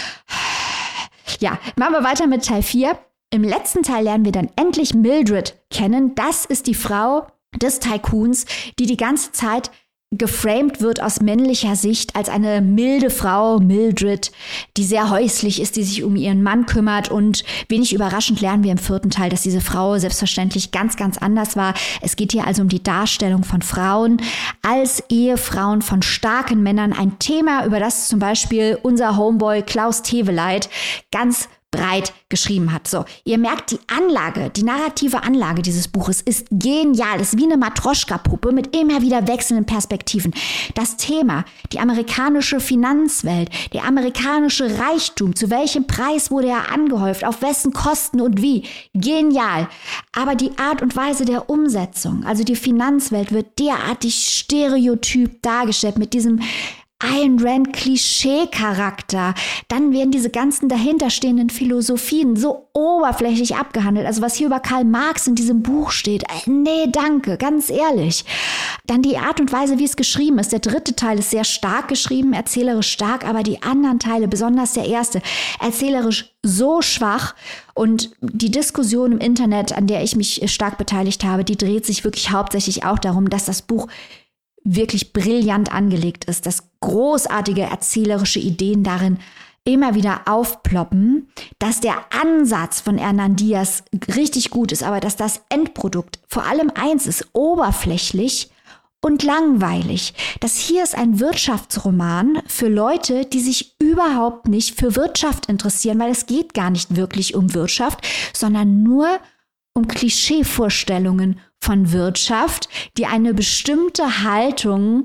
[SPEAKER 3] ja, machen wir weiter mit Teil vier. Im letzten Teil lernen wir dann endlich Mildred kennen. Das ist die Frau des Tycoons, die die ganze Zeit geframed wird aus männlicher Sicht als eine milde Frau, Mildred, die sehr häuslich ist, die sich um ihren Mann kümmert. Und wenig überraschend lernen wir im vierten Teil, dass diese Frau selbstverständlich ganz, ganz anders war. Es geht hier also um die Darstellung von Frauen als Ehefrauen von starken Männern. Ein Thema, über das zum Beispiel unser Homeboy Klaus Teweleit ganz breit geschrieben hat. So, ihr merkt, die Anlage, die narrative Anlage dieses Buches ist genial. Es ist wie eine Matroschka-Puppe mit immer wieder wechselnden Perspektiven. Das Thema, die amerikanische Finanzwelt, der amerikanische Reichtum, zu welchem Preis wurde er angehäuft, auf wessen Kosten und wie. Genial. Aber die Art und Weise der Umsetzung, also die Finanzwelt, wird derartig stereotyp dargestellt mit diesem Ayn Rand Klischee-Charakter. Dann werden diese ganzen dahinterstehenden Philosophien so oberflächlich abgehandelt. Also was hier über Karl Marx in diesem Buch steht, äh, nee, danke, ganz ehrlich. Dann die Art und Weise, wie es geschrieben ist. Der dritte Teil ist sehr stark geschrieben, erzählerisch stark, aber die anderen Teile, besonders der erste, erzählerisch so schwach. Und die Diskussion im Internet, an der ich mich stark beteiligt habe, die dreht sich wirklich hauptsächlich auch darum, dass das Buch wirklich brillant angelegt ist, dass großartige erzählerische Ideen darin immer wieder aufploppen, dass der Ansatz von Hernan Diaz richtig gut ist, aber dass das Endprodukt vor allem eins ist, oberflächlich und langweilig. Das hier ist ein Wirtschaftsroman für Leute, die sich überhaupt nicht für Wirtschaft interessieren, weil es geht gar nicht wirklich um Wirtschaft, sondern nur um Klischeevorstellungen von Wirtschaft, die eine bestimmte Haltung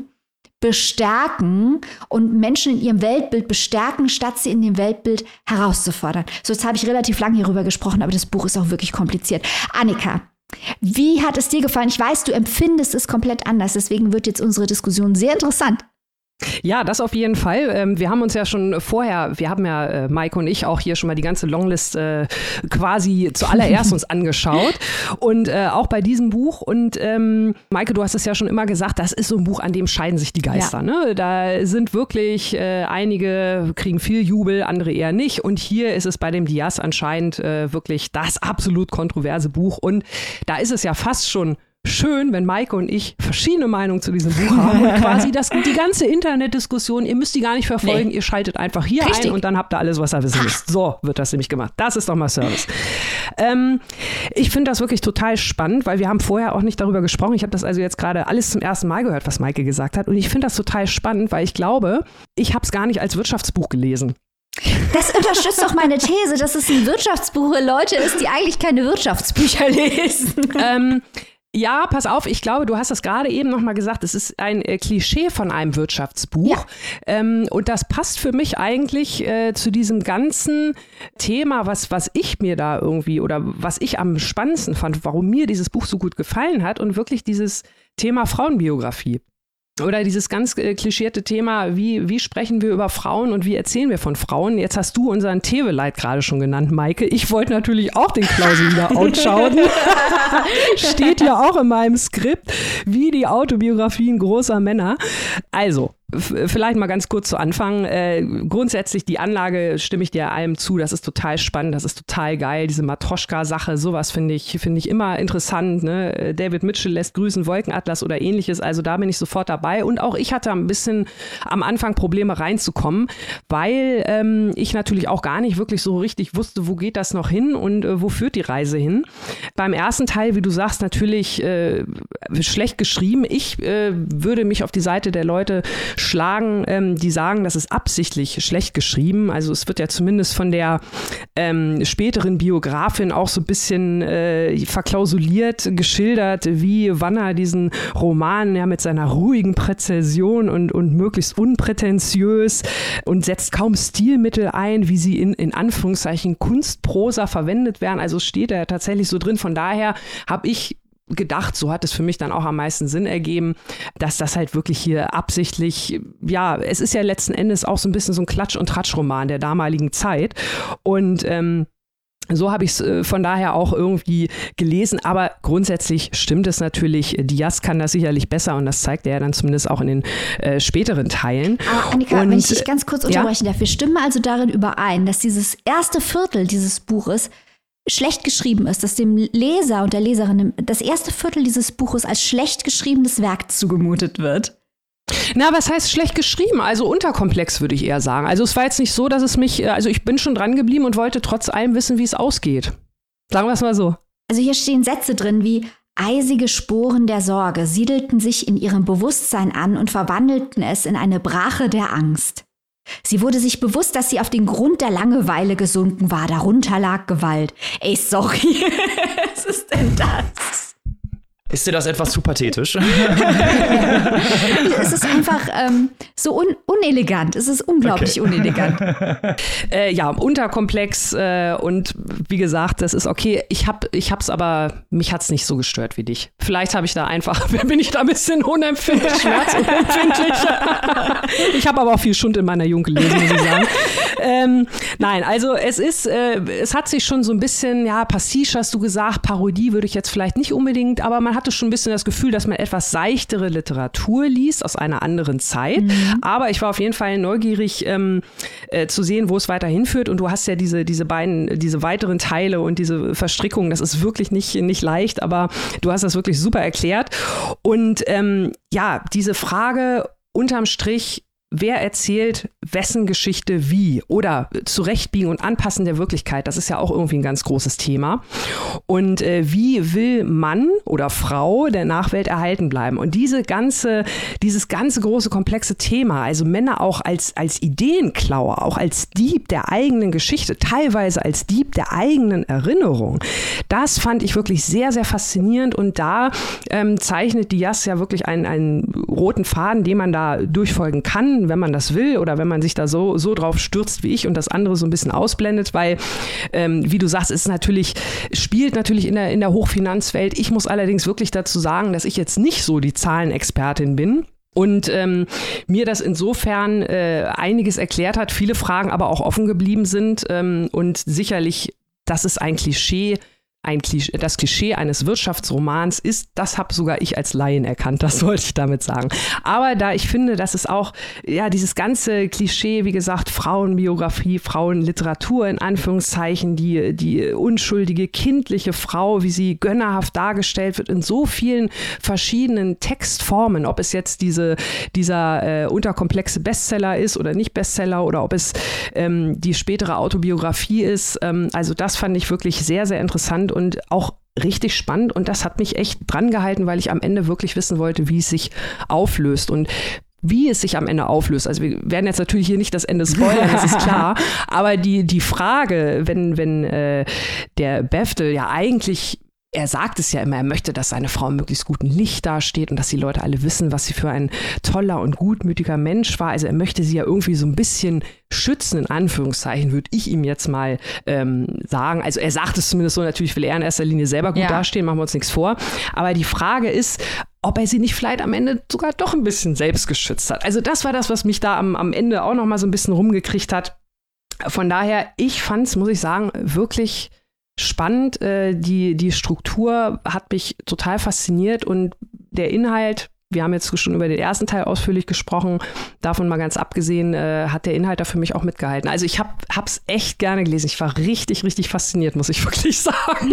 [SPEAKER 3] bestärken und Menschen in ihrem Weltbild bestärken, statt sie in dem Weltbild herauszufordern. So, jetzt habe ich relativ lange hierüber gesprochen, aber das Buch ist auch wirklich kompliziert. Annika, wie hat es dir gefallen? Ich weiß, du empfindest es komplett anders, deswegen wird jetzt unsere Diskussion sehr interessant.
[SPEAKER 2] Ja, das auf jeden Fall. Wir haben uns ja schon vorher, wir haben ja, Maike und ich, auch hier schon mal die ganze Longlist äh, quasi zuallererst uns angeschaut. Und äh, auch bei diesem Buch. Und ähm, Maike, du hast es ja schon immer gesagt, das ist so ein Buch, an dem scheiden sich die Geister. Ja. Ne? Da sind wirklich äh, einige kriegen viel Jubel, andere eher nicht. Und hier ist es bei dem Diaz anscheinend äh, wirklich das absolut kontroverse Buch. Und da ist es ja fast schon schön, wenn Maike und ich verschiedene Meinungen zu diesem Buch haben und quasi das, die ganze Internetdiskussion, ihr müsst die gar nicht verfolgen, nee. Ihr schaltet einfach hier Richtig. ein und dann habt ihr alles, was ihr wissen müsst. So wird das nämlich gemacht. Das ist doch mal Service. ähm, ich finde das wirklich total spannend, weil wir haben vorher auch nicht darüber gesprochen. Ich habe das also jetzt gerade alles zum ersten Mal gehört, was Maike gesagt hat und ich finde das total spannend, weil ich glaube, ich habe es gar nicht als Wirtschaftsbuch gelesen.
[SPEAKER 3] Das unterstützt doch meine These, dass es ein Wirtschaftsbuch für Leute ist, die eigentlich keine Wirtschaftsbücher lesen.
[SPEAKER 2] ähm, Ja, pass auf, ich glaube, du hast das gerade eben noch mal gesagt, es ist ein äh, Klischee von einem Wirtschaftsbuch. Ja. Ähm, und das passt für mich eigentlich äh, zu diesem ganzen Thema, was, was ich mir da irgendwie oder was ich am spannendsten fand, warum mir dieses Buch so gut gefallen hat und wirklich dieses Thema Frauenbiografie. Oder dieses ganz äh, klischierte Thema, wie, wie sprechen wir über Frauen und wie erzählen wir von Frauen? Jetzt hast du unseren Teweleit gerade schon genannt, Maike. Ich wollte natürlich auch den Klausi wieder outschauen. Steht ja auch in meinem Skript, wie die Autobiografien großer Männer. Also, f- vielleicht mal ganz kurz zu Anfang. Äh, grundsätzlich die Anlage stimme ich dir allem zu. Das ist total spannend, das ist total geil. Diese Matroschka-Sache, sowas finde ich, finde ich immer interessant. Ne? David Mitchell lässt grüßen, Wolkenatlas oder ähnliches. Also da bin ich sofort dabei. Und auch ich hatte ein bisschen am Anfang Probleme reinzukommen, weil ähm, ich natürlich auch gar nicht wirklich so richtig wusste, wo geht das noch hin und äh, wo führt die Reise hin. Beim ersten Teil, wie du sagst, natürlich äh, schlecht geschrieben. Ich äh, würde mich auf die Seite der Leute schlagen, ähm, die sagen, das ist absichtlich schlecht geschrieben. Also es wird ja zumindest von der ähm, späteren Biografin auch so ein bisschen äh, verklausuliert geschildert, wie Wanner diesen Roman ja mit seiner ruhigen Präzision und, und möglichst unprätentiös und setzt kaum Stilmittel ein, wie sie in, in Anführungszeichen Kunstprosa verwendet werden. Also steht da tatsächlich so drin. Von daher habe ich gedacht, so hat es für mich dann auch am meisten Sinn ergeben, dass das halt wirklich hier absichtlich, ja, es ist ja letzten Endes auch so ein bisschen so ein Klatsch- und Tratsch-Roman der damaligen Zeit. Und ähm, so habe ich es äh, von daher auch irgendwie gelesen, aber grundsätzlich stimmt es natürlich, Diaz kann das sicherlich besser und das zeigt er ja dann zumindest auch in den äh, späteren Teilen.
[SPEAKER 3] Aber Annika,
[SPEAKER 2] und,
[SPEAKER 3] wenn ich dich ganz kurz unterbrechen
[SPEAKER 2] ja?
[SPEAKER 3] darf, wir stimmen also darin überein, dass dieses erste Viertel dieses Buches schlecht geschrieben ist, dass dem Leser und der Leserin das erste Viertel dieses Buches als schlecht geschriebenes Werk zugemutet wird.
[SPEAKER 2] Na, was heißt schlecht geschrieben? Also unterkomplex, würde ich eher sagen. Also es war jetzt nicht so, dass es mich, also ich bin schon dran geblieben und wollte trotz allem wissen, wie es ausgeht. Sagen wir es mal so.
[SPEAKER 3] Also hier stehen Sätze drin wie: Eisige Sporen der Sorge siedelten sich in ihrem Bewusstsein an und verwandelten es in eine Brache der Angst. Sie wurde sich bewusst, dass sie auf den Grund der Langeweile gesunken war. Darunter lag Gewalt. Ey, sorry. Was ist denn das?
[SPEAKER 1] Ist dir das etwas zu pathetisch?
[SPEAKER 3] Es ist einfach ähm, so un- unelegant. Es ist unglaublich okay. unelegant.
[SPEAKER 2] Äh, ja, unterkomplex äh, und wie gesagt, das ist okay. Ich hab, ich hab's aber, mich hat's nicht so gestört wie dich. Vielleicht habe ich da einfach, bin ich da ein bisschen unempfindlich, schmerzunempfindlich. Ich habe aber auch viel Schund in meiner Jugend gelesen, muss ich sagen. ähm, nein, also es ist, äh, es hat sich schon so ein bisschen, ja, Pastiche hast du gesagt, Parodie würde ich jetzt vielleicht nicht unbedingt, aber man hatte schon ein bisschen das Gefühl, dass man etwas seichtere Literatur liest aus einer anderen Zeit. Mhm. Aber ich war auf jeden Fall neugierig ähm, äh, zu sehen, wo es weiter hinführt. Und du hast ja diese, diese beiden, diese weiteren Teile und diese Verstrickungen. Das ist wirklich nicht, nicht leicht, aber du hast das wirklich super erklärt. Und ähm, ja, diese Frage unterm Strich, wer erzählt wessen Geschichte wie oder Zurechtbiegen und Anpassen der Wirklichkeit, das ist ja auch irgendwie ein ganz großes Thema. Und äh, wie will Mann oder Frau der Nachwelt erhalten bleiben? Und diese ganze, dieses ganze große komplexe Thema, also Männer auch als, als Ideenklauer, auch als Dieb der eigenen Geschichte, teilweise als Dieb der eigenen Erinnerung, das fand ich wirklich sehr, sehr faszinierend. Und da ähm, zeichnet Diaz ja wirklich einen, einen roten Faden, den man da durchfolgen kann, wenn man das will oder wenn man sich da so, so drauf stürzt wie ich und das andere so ein bisschen ausblendet, weil, ähm, wie du sagst, es ist natürlich, spielt natürlich in der, in der Hochfinanzwelt. Ich muss allerdings wirklich dazu sagen, dass ich jetzt nicht so die Zahlenexpertin bin. Und ähm, mir das insofern äh, einiges erklärt hat, viele Fragen aber auch offen geblieben sind ähm, und sicherlich, das ist ein Klischee, Ein Klischee, das Klischee eines Wirtschaftsromans ist, das habe sogar ich als Laien erkannt, das wollte ich damit sagen. Aber da ich finde, dass es auch, ja, dieses ganze Klischee, wie gesagt, Frauenbiografie, Frauenliteratur in Anführungszeichen, die, die unschuldige, kindliche Frau, wie sie gönnerhaft dargestellt wird in so vielen verschiedenen Textformen, ob es jetzt diese, dieser äh, unterkomplexe Bestseller ist oder nicht Bestseller oder ob es ähm, die spätere Autobiografie ist. Ähm, also das fand ich wirklich sehr, sehr interessant und auch richtig spannend und das hat mich echt dran gehalten, weil ich am Ende wirklich wissen wollte, wie es sich auflöst und wie es sich am Ende auflöst. Also wir werden jetzt natürlich hier nicht das Ende spoilern, das ist klar, aber die, die Frage, wenn, wenn äh, der Beftel ja eigentlich, er sagt es ja immer, er möchte, dass seine Frau im möglichst guten Licht dasteht und dass die Leute alle wissen, was sie für ein toller und gutmütiger Mensch war. Also er möchte sie ja irgendwie so ein bisschen schützen, in Anführungszeichen, würde ich ihm jetzt mal ähm, sagen. Also er sagt es zumindest so, natürlich will er in erster Linie selber gut ja. dastehen, machen wir uns nichts vor. Aber die Frage ist, ob er sie nicht vielleicht am Ende sogar doch ein bisschen selbst geschützt hat. Also das war das, was mich da am, am Ende auch noch mal so ein bisschen rumgekriegt hat. Von daher, ich fand es, muss ich sagen, wirklich spannend. Äh, die, die Struktur hat mich total fasziniert und der Inhalt, wir haben jetzt schon über den ersten Teil ausführlich gesprochen, davon mal ganz abgesehen, äh, hat der Inhalt da für mich auch mitgehalten. Also ich hab, hab's echt gerne gelesen. Ich war richtig, richtig fasziniert, muss ich wirklich sagen.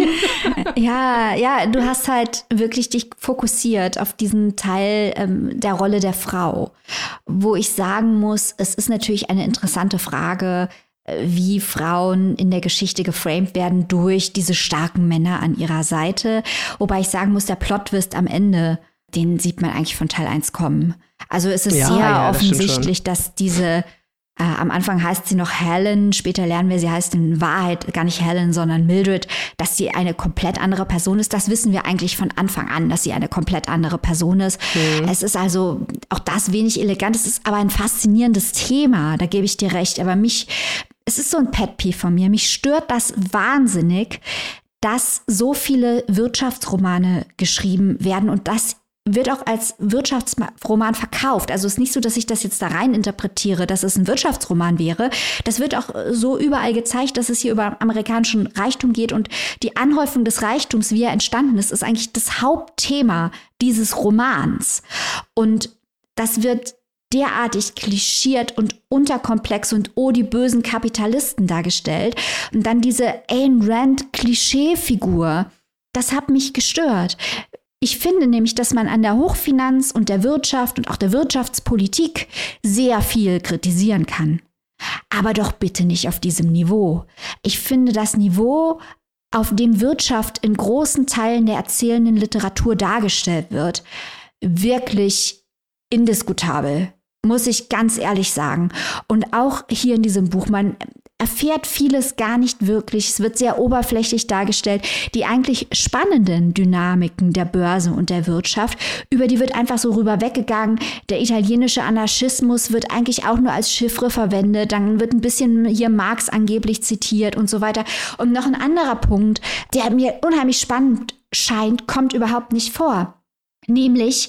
[SPEAKER 3] Ja, ja, du hast halt wirklich dich fokussiert auf diesen Teil ähm, der Rolle der Frau, wo ich sagen muss, es ist natürlich eine interessante Frage, wie Frauen in der Geschichte geframed werden durch diese starken Männer an ihrer Seite. Wobei ich sagen muss, der Plot-Twist am Ende, den sieht man eigentlich von Teil eins kommen. Also es ist
[SPEAKER 2] Ja,
[SPEAKER 3] sehr
[SPEAKER 2] ja, das stimmt
[SPEAKER 3] offensichtlich,
[SPEAKER 2] schon.
[SPEAKER 3] dass diese Äh, am Anfang heißt sie noch Helen, später lernen wir, sie heißt in Wahrheit gar nicht Helen, sondern Mildred, dass sie eine komplett andere Person ist. Das wissen wir eigentlich von Anfang an, dass sie eine komplett andere Person ist. Mhm. Es ist also auch das wenig elegant, es ist aber ein faszinierendes Thema, da gebe ich dir recht. Aber mich, es ist so ein Pet-Peeve von mir, mich stört das wahnsinnig, dass so viele Wirtschaftsromane geschrieben werden und das wird auch als Wirtschaftsroman verkauft. Also es ist nicht so, dass ich das jetzt da rein interpretiere, dass es ein Wirtschaftsroman wäre. Das wird auch so überall gezeigt, dass es hier über amerikanischen Reichtum geht und die Anhäufung des Reichtums, wie er entstanden ist, ist eigentlich das Hauptthema dieses Romans. Und das wird derartig klischiert und unterkomplex und oh, die bösen Kapitalisten dargestellt. Und dann diese Ayn Rand-Klischeefigur, das hat mich gestört. Ich finde nämlich, dass man an der Hochfinanz und der Wirtschaft und auch der Wirtschaftspolitik sehr viel kritisieren kann. Aber doch bitte nicht auf diesem Niveau. Ich finde das Niveau, auf dem Wirtschaft in großen Teilen der erzählenden Literatur dargestellt wird, wirklich indiskutabel, muss ich ganz ehrlich sagen. Und auch hier in diesem Buch, man erfährt vieles gar nicht wirklich. Es wird sehr oberflächlich dargestellt. Die eigentlich spannenden Dynamiken der Börse und der Wirtschaft, über die wird einfach so rüber weggegangen. Der italienische Anarchismus wird eigentlich auch nur als Chiffre verwendet. Dann wird ein bisschen hier Marx angeblich zitiert und so weiter. Und noch ein anderer Punkt, der mir unheimlich spannend scheint, kommt überhaupt nicht vor. Nämlich,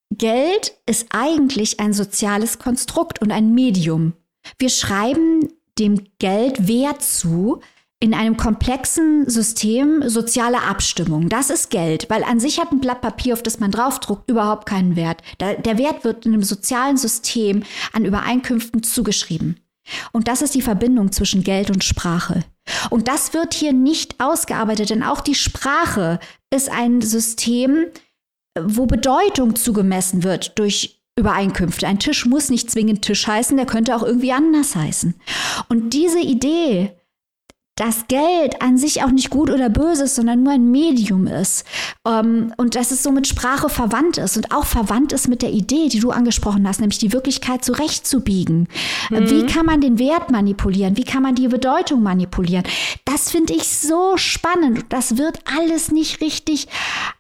[SPEAKER 3] Geld ist eigentlich ein soziales Konstrukt und ein Medium. Wir schreiben dem Geld Wert zu in einem komplexen System sozialer Abstimmung. Das ist Geld, weil an sich hat ein Blatt Papier, auf das man draufdruckt, überhaupt keinen Wert. Der Wert wird in einem sozialen System an Übereinkünften zugeschrieben. Und das ist die Verbindung zwischen Geld und Sprache. Und das wird hier nicht ausgearbeitet, denn auch die Sprache ist ein System, wo Bedeutung zugemessen wird durch Übereinkünfte. Ein Tisch muss nicht zwingend Tisch heißen, der könnte auch irgendwie anders heißen. Und diese Idee, dass Geld an sich auch nicht gut oder böse ist, sondern nur ein Medium ist ähm, und dass es so mit Sprache verwandt ist und auch verwandt ist mit der Idee, die du angesprochen hast, nämlich die Wirklichkeit zurechtzubiegen. Mhm. Wie kann man den Wert manipulieren? Wie kann man die Bedeutung manipulieren? Das finde ich so spannend. Das wird alles nicht richtig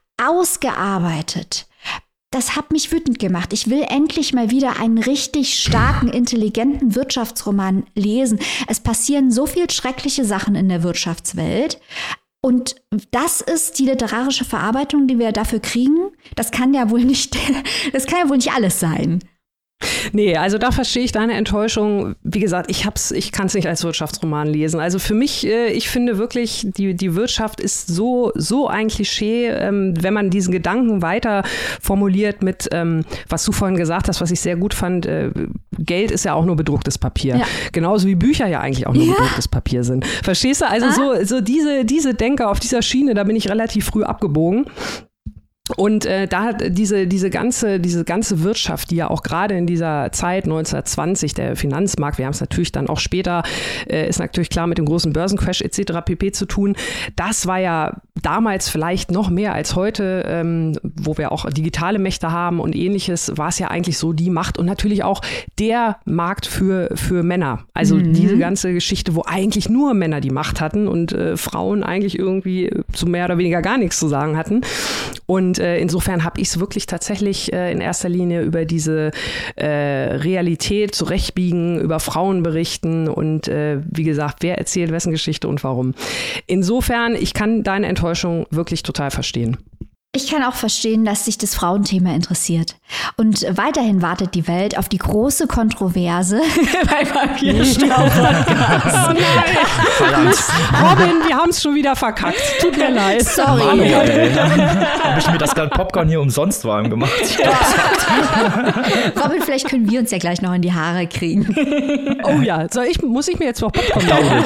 [SPEAKER 3] ausgearbeitet. Das hat mich wütend gemacht. Ich will endlich mal wieder einen richtig starken, intelligenten Wirtschaftsroman lesen. Es passieren so viel schreckliche Sachen in der Wirtschaftswelt. Und das ist die literarische Verarbeitung, die wir dafür kriegen. Das kann ja wohl nicht, das kann ja wohl nicht alles sein.
[SPEAKER 2] Nee, also da verstehe ich deine Enttäuschung. Wie gesagt, ich hab's, ich kann es nicht als Wirtschaftsroman lesen. Also für mich, äh, ich finde wirklich, die, die Wirtschaft ist so, so ein Klischee, ähm, wenn man diesen Gedanken weiter formuliert mit, ähm, was du vorhin gesagt hast, was ich sehr gut fand, äh, Geld ist ja auch nur bedrucktes Papier. Ja. Genauso wie Bücher ja eigentlich auch nur ja. bedrucktes Papier sind. Verstehst du? Also ah. so, so diese, diese Denker auf dieser Schiene, da bin ich relativ früh abgebogen. Und äh, da hat diese, diese, ganze, diese ganze Wirtschaft, die ja auch gerade in dieser Zeit neunzehnhundertzwanzig, der Finanzmarkt, wir haben es natürlich dann auch später, äh, ist natürlich klar mit dem großen Börsencrash et cetera pp. Zu tun, das war ja damals vielleicht noch mehr als heute, ähm, wo wir auch digitale Mächte haben und ähnliches, war es ja eigentlich so die Macht und natürlich auch der Markt für, für Männer. Also mhm. diese ganze Geschichte, wo eigentlich nur Männer die Macht hatten und äh, Frauen eigentlich irgendwie so mehr oder weniger gar nichts zu sagen hatten. Und äh, insofern habe ich es wirklich tatsächlich äh, in erster Linie über diese äh, Realität zurechtbiegen, über Frauen berichten und äh, wie gesagt, wer erzählt wessen Geschichte und warum. Insofern, ich kann deine Enttäuschung wirklich total verstehen.
[SPEAKER 3] Ich kann auch verstehen, dass sich das Frauenthema interessiert. Und weiterhin wartet die Welt auf die große Kontroverse bei Papierstaub.
[SPEAKER 2] Oh nein! Robin, wir haben es schon wieder verkackt. Tut mir leid.
[SPEAKER 3] Sorry.
[SPEAKER 1] Hallo, habe ich mir das ganze Popcorn hier umsonst warm gemacht?
[SPEAKER 3] Robin, vielleicht können wir uns ja gleich noch in die Haare kriegen.
[SPEAKER 2] Oh ja, soll ich, muss ich mir jetzt noch Popcorn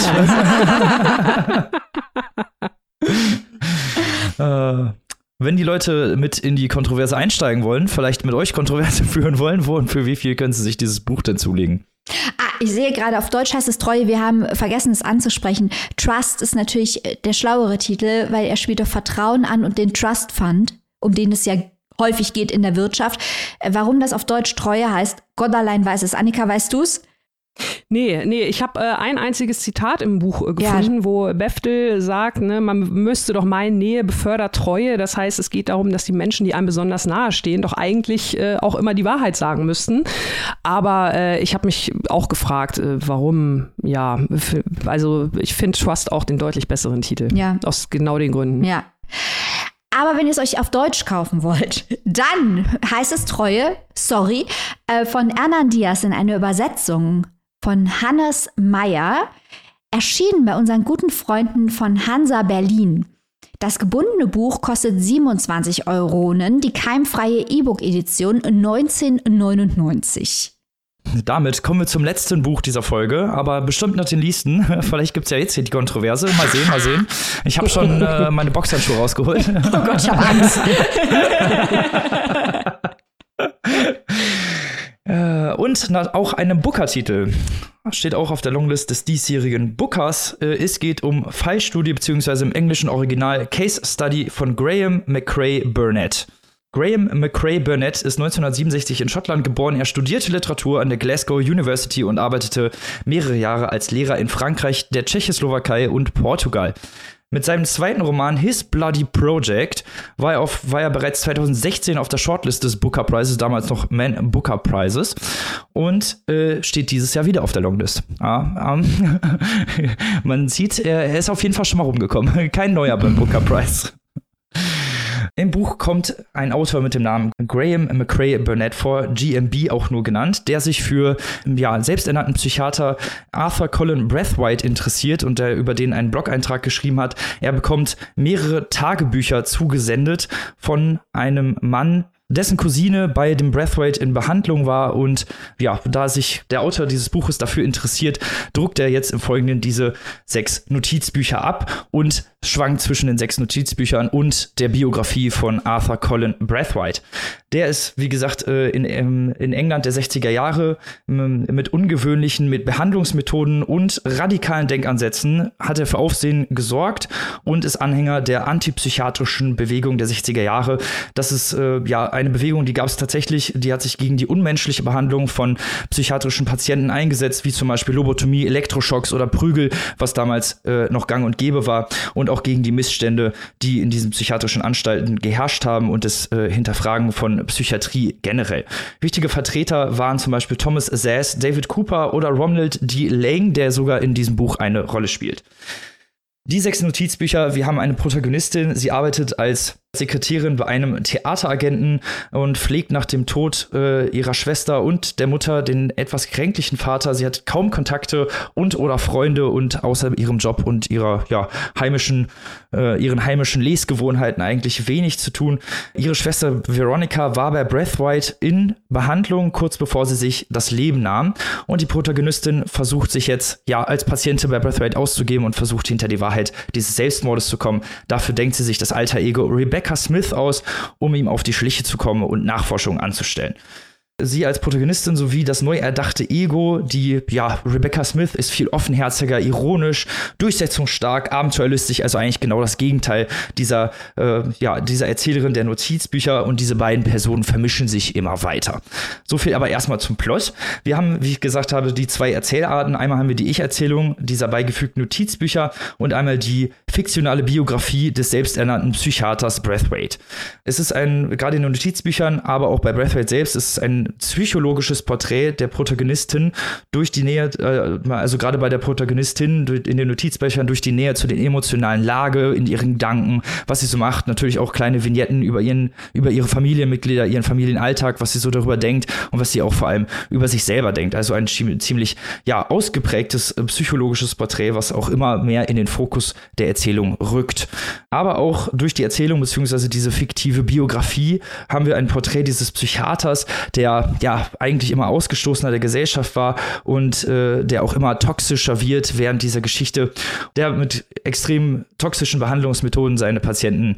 [SPEAKER 1] machen? äh. Wenn die Leute mit in die Kontroverse einsteigen wollen, vielleicht mit euch Kontroverse führen wollen, wo und für wie viel können sie sich dieses Buch denn zulegen?
[SPEAKER 3] Ah, ich sehe gerade, auf Deutsch heißt es Treue, wir haben vergessen es anzusprechen. Trust ist natürlich der schlauere Titel, weil er spielt auf Vertrauen an und den Trust Fund, um den es ja häufig geht in der Wirtschaft. Warum das auf Deutsch Treue heißt, Gott allein weiß es. Annika, weißt du's?
[SPEAKER 2] Nee, nee, ich habe äh, ein einziges Zitat im Buch äh, gefunden, ja. wo Beftel sagt, ne, man müsste doch meinen, Nähe befördert Treue. Das heißt, es geht darum, dass die Menschen, die einem besonders nahe stehen, doch eigentlich äh, auch immer die Wahrheit sagen müssten. Aber äh, ich habe mich auch gefragt, äh, warum, ja, f- also ich finde Trust auch den deutlich besseren Titel.
[SPEAKER 3] Ja.
[SPEAKER 2] Aus genau den Gründen.
[SPEAKER 3] Ja. Aber wenn ihr es euch auf Deutsch kaufen wollt, dann heißt es Treue, sorry, äh, von Hernan Diaz in einer Übersetzung von Hannes Meyer, erschienen bei unseren guten Freunden von Hansa Berlin. Das gebundene Buch kostet siebenundzwanzig Euronen, die keimfreie E-Book-Edition neunzehn neunundneunzig.
[SPEAKER 1] Damit kommen wir zum letzten Buch dieser Folge, aber bestimmt nach den Liesten. Vielleicht gibt es ja jetzt hier die Kontroverse. Mal sehen, mal sehen. Ich habe schon äh, meine Boxhandschuhe rausgeholt.
[SPEAKER 3] Oh Gott, ich habe Angst.
[SPEAKER 1] äh, und na, auch einem Booker-Titel. Steht auch auf der Longlist des diesjährigen Bookers. Äh, es geht um Fallstudie, beziehungsweise im englischen Original Case Study von Graham McCrae Burnett. Graham McCrae Burnett ist neunzehnhundertsiebenundsechzig in Schottland geboren. Er studierte Literatur an der Glasgow University und arbeitete mehrere Jahre als Lehrer in Frankreich, der Tschechoslowakei und Portugal. Mit seinem zweiten Roman His Bloody Project war er, auf, war er bereits zweitausendsechzehn auf der Shortlist des Booker Prizes, damals noch Man Booker Prizes, und äh, steht dieses Jahr wieder auf der Longlist. Ja, ähm, man sieht, er, er ist auf jeden Fall schon mal rumgekommen. Kein neuer beim Booker Prize. Im Buch kommt ein Autor mit dem Namen Graham McCrae Burnett vor, G M B auch nur genannt, der sich für ja, selbsternannten Psychiater Arthur Colin Brathwaite interessiert und der über den einen Blog-Eintrag geschrieben hat. Er bekommt mehrere Tagebücher zugesendet von einem Mann, dessen Cousine bei dem Brathwaite in Behandlung war, und ja, da sich der Autor dieses Buches dafür interessiert, druckt er jetzt im Folgenden diese sechs Notizbücher ab und schwankt zwischen den sechs Notizbüchern und der Biografie von Arthur Colin Brathwaite. Der ist, wie gesagt, in, in England der sechziger Jahre mit ungewöhnlichen mit Behandlungsmethoden und radikalen Denkansätzen hat er für Aufsehen gesorgt und ist Anhänger der antipsychiatrischen Bewegung der sechziger Jahre. Das ist äh, ja eine Bewegung, die gab es tatsächlich, die hat sich gegen die unmenschliche Behandlung von psychiatrischen Patienten eingesetzt, wie zum Beispiel Lobotomie, Elektroschocks oder Prügel, was damals äh, noch gang und gäbe war, und auch gegen die Missstände, die in diesen psychiatrischen Anstalten geherrscht haben und das äh, Hinterfragen von Psychiatrie generell. Wichtige Vertreter waren zum Beispiel Thomas Szasz, David Cooper oder Ronald D. Lang, der sogar in diesem Buch eine Rolle spielt. Die sechs Notizbücher, wir haben eine Protagonistin, sie arbeitet als Sekretärin bei einem Theateragenten und pflegt nach dem Tod äh, ihrer Schwester und der Mutter den etwas kränklichen Vater. Sie hat kaum Kontakte und oder Freunde und außer ihrem Job und ihrer ja, heimischen, äh, ihren heimischen Lesgewohnheiten eigentlich wenig zu tun. Ihre Schwester Veronica war bei Brathwaite in Behandlung, kurz bevor sie sich das Leben nahm, und die Protagonistin versucht sich jetzt ja als Patientin bei Brathwaite auszugeben und versucht hinter die Wahrheit dieses Selbstmordes zu kommen. Dafür denkt sie sich das alter Ego Rebecca Smith aus, um ihm auf die Schliche zu kommen und Nachforschungen anzustellen. Sie als Protagonistin sowie das neu erdachte Ego, die, ja, Rebecca Smith ist viel offenherziger, ironisch, durchsetzungsstark, abenteuerlustig, also eigentlich genau das Gegenteil dieser, äh, ja, dieser Erzählerin der Notizbücher, und diese beiden Personen vermischen sich immer weiter. So viel aber erstmal zum Plot. Wir haben, wie ich gesagt habe, die zwei Erzählarten. Einmal haben wir die Ich-Erzählung dieser beigefügten Notizbücher und einmal die fiktionale Biografie des selbsternannten Psychiaters Brathwaite. Es ist ein, gerade in den Notizbüchern, aber auch bei Brathwaite selbst, ist es ein psychologisches Porträt der Protagonistin durch die Nähe, äh, also gerade bei der Protagonistin in den Notizbüchern durch die Nähe zu den emotionalen Lage, in ihren Gedanken, was sie so macht, natürlich auch kleine Vignetten über ihren, über ihre Familienmitglieder, ihren Familienalltag, was sie so darüber denkt und was sie auch vor allem über sich selber denkt. Also ein ziemlich, ja, ausgeprägtes äh, psychologisches Porträt, was auch immer mehr in den Fokus der Erzählung rückt. Aber auch durch die Erzählung bzw. diese fiktive Biografie haben wir ein Porträt dieses Psychiaters, der ja eigentlich immer Ausgestoßener der Gesellschaft war und äh, der auch immer toxischer wird während dieser Geschichte, der mit extrem toxischen Behandlungsmethoden seine Patienten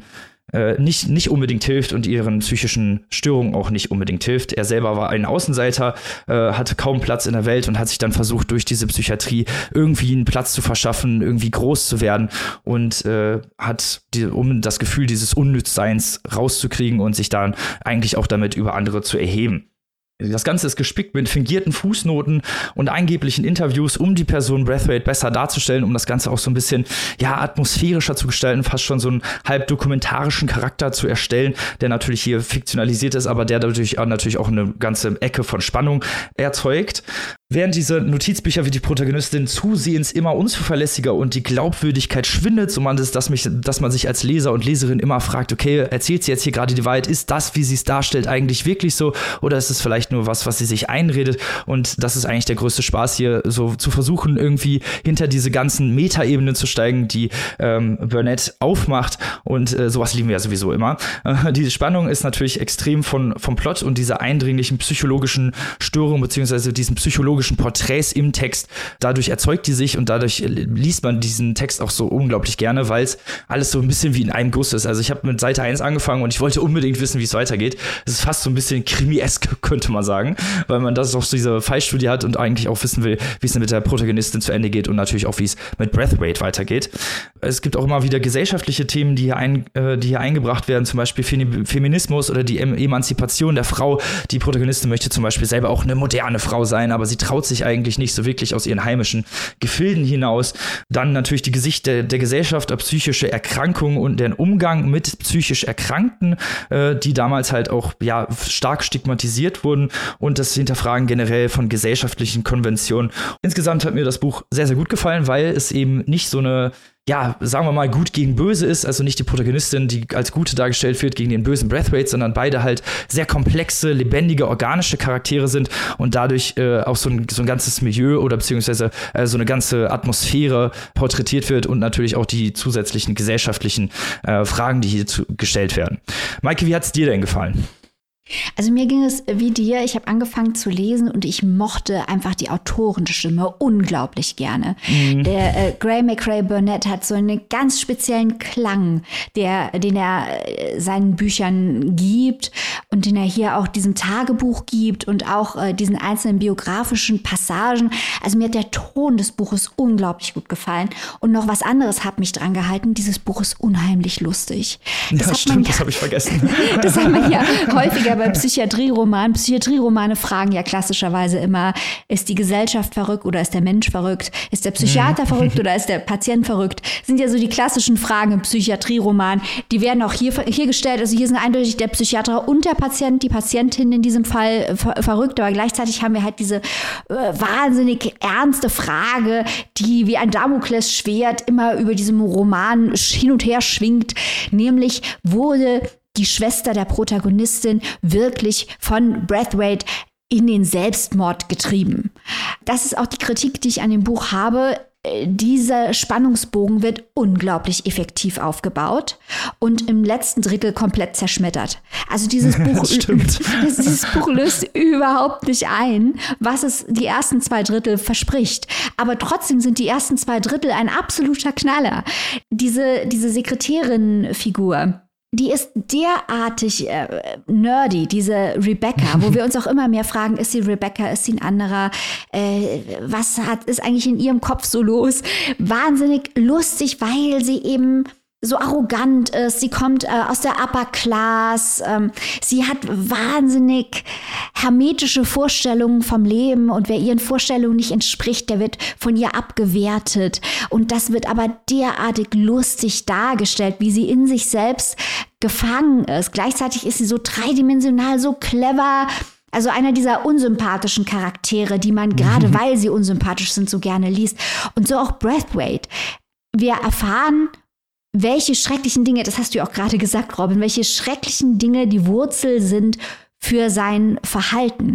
[SPEAKER 1] äh, nicht, nicht unbedingt hilft und ihren psychischen Störungen auch nicht unbedingt hilft. Er selber war ein Außenseiter, äh, hatte kaum Platz in der Welt und hat sich dann versucht, durch diese Psychiatrie irgendwie einen Platz zu verschaffen, irgendwie groß zu werden und äh, hat, die, um das Gefühl dieses Unnützseins rauszukriegen und sich dann eigentlich auch damit über andere zu erheben. Das Ganze ist gespickt mit fingierten Fußnoten und angeblichen Interviews, um die Person Brathwaite besser darzustellen, um das Ganze auch so ein bisschen, ja, atmosphärischer zu gestalten, fast schon so einen halb dokumentarischen Charakter zu erstellen, der natürlich hier fiktionalisiert ist, aber der dadurch auch natürlich auch eine ganze Ecke von Spannung erzeugt. Während diese Notizbücher wie die Protagonistin zusehends immer unzuverlässiger und die Glaubwürdigkeit schwindet, so man das, dass, mich, dass man sich als Leser und Leserin immer fragt, okay, erzählt sie jetzt hier gerade die Wahrheit? Ist das, wie sie es darstellt, eigentlich wirklich so? Oder ist es vielleicht nur was, was sie sich einredet? Und das ist eigentlich der größte Spaß hier, so zu versuchen, irgendwie hinter diese ganzen Metaebenen zu steigen, die ähm, Burnett aufmacht. Und äh, sowas lieben wir ja sowieso immer. Äh, diese Spannung ist natürlich extrem von, vom Plot und dieser eindringlichen psychologischen Störung beziehungsweise diesen psychologischen Porträts im Text. Dadurch erzeugt die sich und dadurch liest man diesen Text auch so unglaublich gerne, weil es alles so ein bisschen wie in einem Guss ist. Also ich habe mit Seite eins angefangen und ich wollte unbedingt wissen, wie es weitergeht. Es ist fast so ein bisschen Krimi-esk, könnte man sagen, weil man das auch so diese Fallstudie hat und eigentlich auch wissen will, wie es mit der Protagonistin zu Ende geht und natürlich auch, wie es mit Brathwaite weitergeht. Es gibt auch immer wieder gesellschaftliche Themen, die hier, ein, äh, die hier eingebracht werden, zum Beispiel Fem- Feminismus oder die em- Emanzipation der Frau. Die Protagonistin möchte zum Beispiel selber auch eine moderne Frau sein, aber sie traut sich eigentlich nicht so wirklich aus ihren heimischen Gefilden hinaus. Dann natürlich die Gesicht der, der Gesellschaft, psychische Erkrankungen und den Umgang mit psychisch Erkrankten, äh, die damals halt auch ja stark stigmatisiert wurden und das Hinterfragen generell von gesellschaftlichen Konventionen. Insgesamt hat mir das Buch sehr, sehr gut gefallen, weil es eben nicht so eine ja, sagen wir mal, gut gegen böse ist, also nicht die Protagonistin, die als Gute dargestellt wird gegen den bösen Brathwaite, sondern beide halt sehr komplexe, lebendige, organische Charaktere sind und dadurch äh, auch so ein, so ein ganzes Milieu oder beziehungsweise äh, so eine ganze Atmosphäre porträtiert wird und natürlich auch die zusätzlichen gesellschaftlichen äh, Fragen, die hier zu, gestellt werden. Maike, wie hat's dir denn gefallen?
[SPEAKER 3] Also mir ging es wie dir, ich habe angefangen zu lesen und ich mochte einfach die Autorenstimme unglaublich gerne. Mhm. Der äh, Gray McRae Burnett hat so einen ganz speziellen Klang, der, den er äh, seinen Büchern gibt und den er hier auch diesem Tagebuch gibt und auch äh, diesen einzelnen biografischen Passagen. Also mir hat der Ton des Buches unglaublich gut gefallen. Und noch was anderes hat mich dran gehalten, dieses Buch ist unheimlich lustig. Das
[SPEAKER 1] ja, stimmt, ja, das habe ich vergessen.
[SPEAKER 3] Das hat man ja häufiger bei Psychiatrieromanen. Psychiatrieromane fragen ja klassischerweise immer, ist die Gesellschaft verrückt oder ist der Mensch verrückt? Ist der Psychiater mhm. verrückt oder ist der Patient verrückt? Sind ja so die klassischen Fragen im Psychiatrieroman. Die werden auch hier, hier gestellt. Also hier sind eindeutig der Psychiater und der Patient, die Patientin in diesem Fall ver- verrückt. Aber gleichzeitig haben wir halt diese äh, wahnsinnig ernste Frage, die wie ein Damoklesschwert immer über diesem Roman hin und her schwingt. Nämlich, wurde die Schwester der Protagonistin wirklich von Brathwaite in den Selbstmord getrieben? Das ist auch die Kritik, die ich an dem Buch habe. Dieser Spannungsbogen wird unglaublich effektiv aufgebaut und im letzten Drittel komplett zerschmettert. Also dieses Buch, dieses Buch löst überhaupt nicht ein, was es die ersten zwei Drittel verspricht. Aber trotzdem sind die ersten zwei Drittel ein absoluter Knaller. Diese, diese Sekretärin-Figur, die ist derartig äh, nerdy, diese Rebecca, wo wir uns auch immer mehr fragen, ist sie Rebecca, ist sie ein anderer, äh, was hat, ist eigentlich in ihrem Kopf so los? Wahnsinnig lustig, weil sie eben so arrogant ist, sie kommt äh, aus der Upper Class, ähm, sie hat wahnsinnig hermetische Vorstellungen vom Leben und wer ihren Vorstellungen nicht entspricht, der wird von ihr abgewertet und das wird aber derartig lustig dargestellt, wie sie in sich selbst gefangen ist. Gleichzeitig ist sie so dreidimensional, so clever. Also einer dieser unsympathischen Charaktere, die man gerade, weil sie unsympathisch sind, so gerne liest. Und so auch Brathwaite. Wir erfahren, welche schrecklichen Dinge, das hast du ja auch gerade gesagt, Robin, welche schrecklichen Dinge die Wurzel sind für sein Verhalten.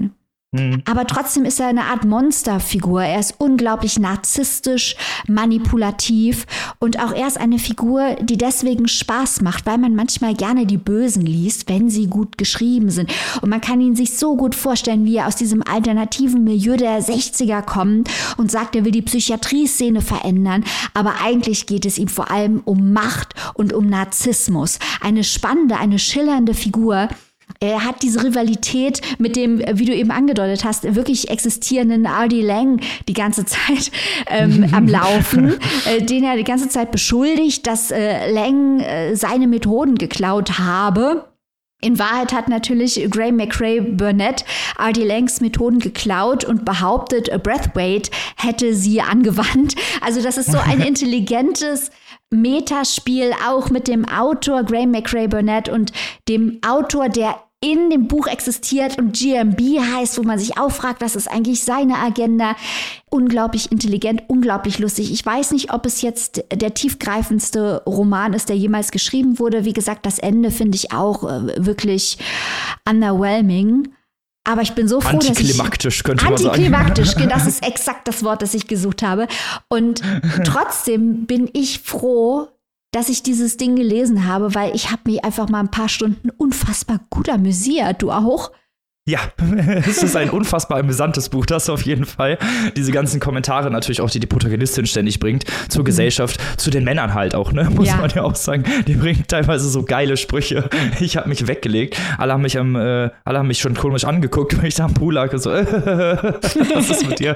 [SPEAKER 3] Mhm. Aber trotzdem ist er eine Art Monsterfigur. Er ist unglaublich narzisstisch, manipulativ und auch er ist eine Figur, die deswegen Spaß macht, weil man manchmal gerne die Bösen liest, wenn sie gut geschrieben sind. Und man kann ihn sich so gut vorstellen, wie er aus diesem alternativen Milieu der sechziger kommt und sagt, er will die Psychiatrieszene verändern. Aber eigentlich geht es ihm vor allem um Macht und um Narzissmus. Eine spannende, eine schillernde Figur. Er hat diese Rivalität mit dem, wie du eben angedeutet hast, wirklich existierenden Artie Lang die ganze Zeit ähm, am Laufen, äh, den er die ganze Zeit beschuldigt, dass äh, Lang äh, seine Methoden geklaut habe. In Wahrheit hat natürlich Graeme McRae Burnett Artie Langs Methoden geklaut und behauptet, Brathwaite hätte sie angewandt. Also das ist so ein intelligentes Metaspiel auch mit dem Autor Graeme McRae Burnett und dem Autor, der in dem Buch existiert und G M B heißt, wo man sich auch fragt, was ist eigentlich seine Agenda? Unglaublich intelligent, unglaublich lustig. Ich weiß nicht, ob es jetzt der tiefgreifendste Roman ist, der jemals geschrieben wurde. Wie gesagt, das Ende finde ich auch äh, wirklich underwhelming. Aber ich bin so froh, dass ich...
[SPEAKER 1] Antiklimaktisch, könnte man sagen.
[SPEAKER 3] Antiklimaktisch, das ist exakt das Wort, das ich gesucht habe. Und trotzdem bin ich froh, dass ich dieses Ding gelesen habe, weil ich habe mich einfach mal ein paar Stunden unfassbar gut amüsiert. Du auch?
[SPEAKER 1] Ja, es ist ein unfassbar amüsantes Buch, das auf jeden Fall. Diese ganzen Kommentare natürlich auch, die die Protagonistin ständig bringt, zur mhm. Gesellschaft, zu den Männern halt auch, ne, muss ja. man ja auch sagen. Die bringen teilweise so geile Sprüche. Ich habe mich weggelegt. Alle haben mich am, äh, alle haben mich schon komisch angeguckt, wenn ich da am Pool lag und so, äh, was ist mit dir?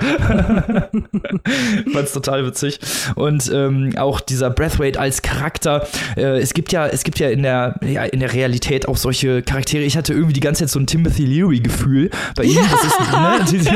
[SPEAKER 1] Fand's total witzig. Und ähm, auch dieser Brathwaite als Charakter. Äh, es gibt ja, es gibt ja in der, ja in der Realität auch solche Charaktere. Ich hatte irgendwie die ganze Zeit so ein Timothy Leary Gefühl bei ihm. Ja. Das ist, ne, die,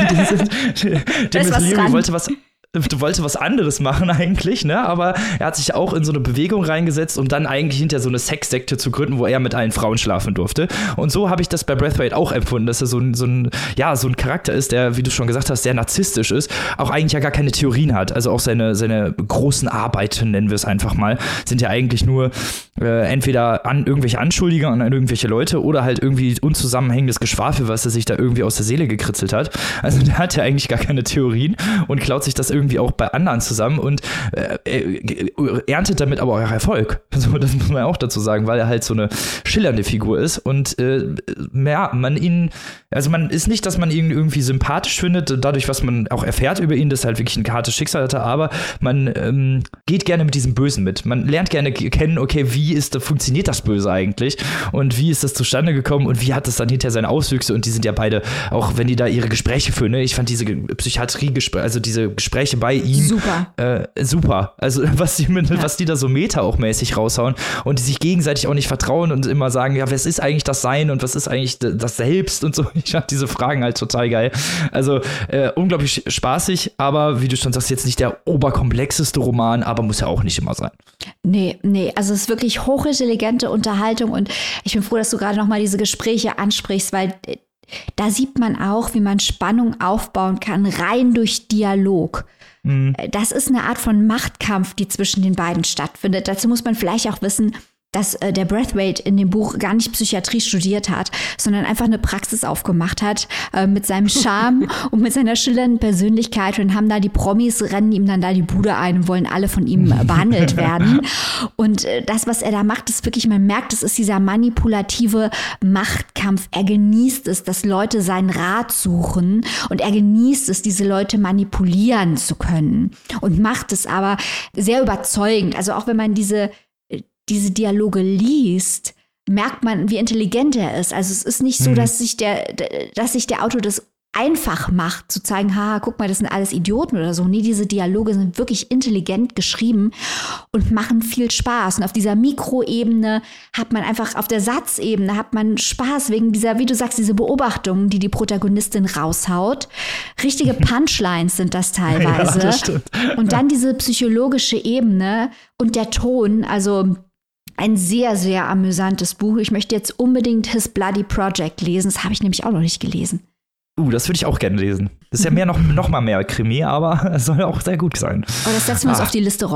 [SPEAKER 1] die, die, Timothy Leary wollte was, wollte was anderes machen eigentlich, ne? Aber er hat sich auch in so eine Bewegung reingesetzt, um dann eigentlich hinter so eine Sexsekte zu gründen, wo er mit allen Frauen schlafen durfte. Und so habe ich das bei Brathwaite auch empfunden, dass er so ein, so ein, ja, so ein Charakter ist, der, wie du schon gesagt hast, sehr narzisstisch ist, auch eigentlich ja gar keine Theorien hat. Also auch seine, seine großen Arbeiten, nennen wir es einfach mal, sind ja eigentlich nur äh, entweder an irgendwelche Anschuldigungen an irgendwelche Leute oder halt irgendwie unzusammenhängendes Geschwafel, was er sich da irgendwie aus der Seele gekritzelt hat. Also der hat ja eigentlich gar keine Theorien und klaut sich das irgendwie auch bei anderen zusammen und äh, äh, erntet damit aber auch Erfolg. Also, das muss man auch dazu sagen, weil er halt so eine schillernde Figur ist und äh, ja, man ihn, also man ist nicht, dass man ihn irgendwie sympathisch findet, dadurch, was man auch erfährt über ihn, dass er halt wirklich ein hartes Schicksal hatte, aber man ähm, geht gerne mit diesem Bösen mit. Man lernt gerne kennen, okay, wie ist, funktioniert das Böse eigentlich und wie ist das zustande gekommen und wie hat das dann hinterher seine Auswüchse und die sind ja beide, auch wenn die da ihre Gespräche führen, ne? Ich fand diese Psychiatrie-Gespräche, also diese Gespräche bei ihm
[SPEAKER 3] super.
[SPEAKER 1] Äh, super. Also was die, mit, ja. was die da so Meta auch mäßig raushauen und die sich gegenseitig auch nicht vertrauen und immer sagen, ja, was ist eigentlich das Sein und was ist eigentlich das Selbst und so. Ich fand diese Fragen halt total geil. Also äh, unglaublich spaßig, aber wie du schon sagst, jetzt nicht der oberkomplexeste Roman, aber muss ja auch nicht immer sein.
[SPEAKER 3] Nee, nee, also es ist wirklich hochintelligente Unterhaltung und ich bin froh, dass du gerade nochmal diese Gespräche ansprichst, weil da sieht man auch, wie man Spannung aufbauen kann, rein durch Dialog. Mhm. Das ist eine Art von Machtkampf, die zwischen den beiden stattfindet. Dazu muss man vielleicht auch wissen, dass äh, der Brathwaite in dem Buch gar nicht Psychiatrie studiert hat, sondern einfach eine Praxis aufgemacht hat äh, mit seinem Charme und mit seiner schillernden Persönlichkeit und haben da die Promis, rennen ihm dann da die Bude ein und wollen alle von ihm äh, behandelt werden. Und äh, das, was er da macht, ist wirklich, man merkt, es ist dieser manipulative Machtkampf. Er genießt es, dass Leute seinen Rat suchen und er genießt es, diese Leute manipulieren zu können und macht es aber sehr überzeugend. Also auch wenn man diese diese Dialoge liest, merkt man, wie intelligent er ist. Also es ist nicht so, dass sich der, dass sich der Autor das einfach macht, zu zeigen, haha, guck mal, das sind alles Idioten oder so. Nee, diese Dialoge sind wirklich intelligent geschrieben und machen viel Spaß. Und auf dieser Mikroebene hat man einfach, auf der Satzebene hat man Spaß wegen dieser, wie du sagst, diese Beobachtungen, die die Protagonistin raushaut. Richtige Punchlines sind das teilweise. Ja, das stimmt. Und dann diese psychologische Ebene und der Ton, also ein sehr, sehr amüsantes Buch. Ich möchte jetzt unbedingt His Bloody Project lesen. Das habe ich nämlich auch noch nicht gelesen.
[SPEAKER 1] Uh, das würde ich auch gerne lesen. Das ist ja mehr noch, noch mal mehr Krimi, aber es soll auch sehr gut sein.
[SPEAKER 3] Oh, das setzen wir uns ah. auf die Liste, Robin.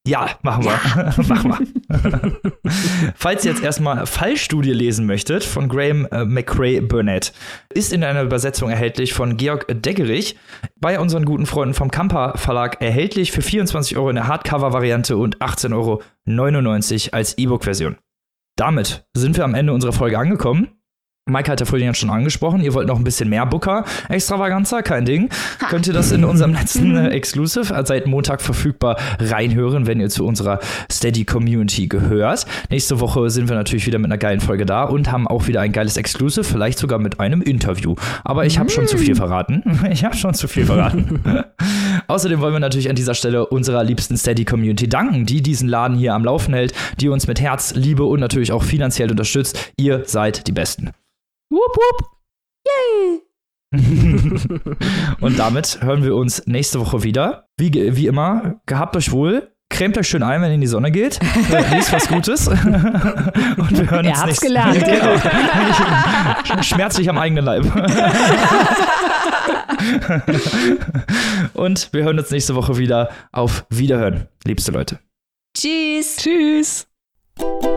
[SPEAKER 1] Ja, machen wir. machen wir. Falls ihr jetzt erstmal Fallstudie lesen möchtet von Graham äh, McRae Burnett, ist in einer Übersetzung erhältlich von Georg Deggerich bei unseren guten Freunden vom Kampa Verlag erhältlich für vierundzwanzig Euro in der Hardcover-Variante und achtzehn Euro neunundneunzig als E-Book-Version. Damit sind wir am Ende unserer Folge angekommen. Mike hat ja vorhin ja schon angesprochen, ihr wollt noch ein bisschen mehr Booker-Extravaganza, kein Ding. Ha. Könnt ihr das in unserem letzten äh, Exclusive, äh, seit Montag verfügbar, reinhören, wenn ihr zu unserer Steady-Community gehört. Nächste Woche sind wir natürlich wieder mit einer geilen Folge da und haben auch wieder ein geiles Exclusive, vielleicht sogar mit einem Interview. Aber ich habe schon zu viel verraten. Ich habe schon zu viel verraten. Außerdem wollen wir natürlich an dieser Stelle unserer liebsten Steady-Community danken, die diesen Laden hier am Laufen hält, die uns mit Herz, Liebe und natürlich auch finanziell unterstützt. Ihr seid die Besten.
[SPEAKER 2] Wupp, wupp.
[SPEAKER 3] Yay!
[SPEAKER 1] Und damit hören wir uns nächste Woche wieder. Wie, wie immer, gehabt euch wohl, cremt euch schön ein, wenn ihr in die Sonne geht. Lest was Gutes. Und wir hören uns nächste Woche. Genau. Schmerzlich am eigenen Leib. Und wir hören uns nächste Woche wieder. Auf Wiederhören, liebste Leute.
[SPEAKER 3] Tschüss.
[SPEAKER 2] Tschüss.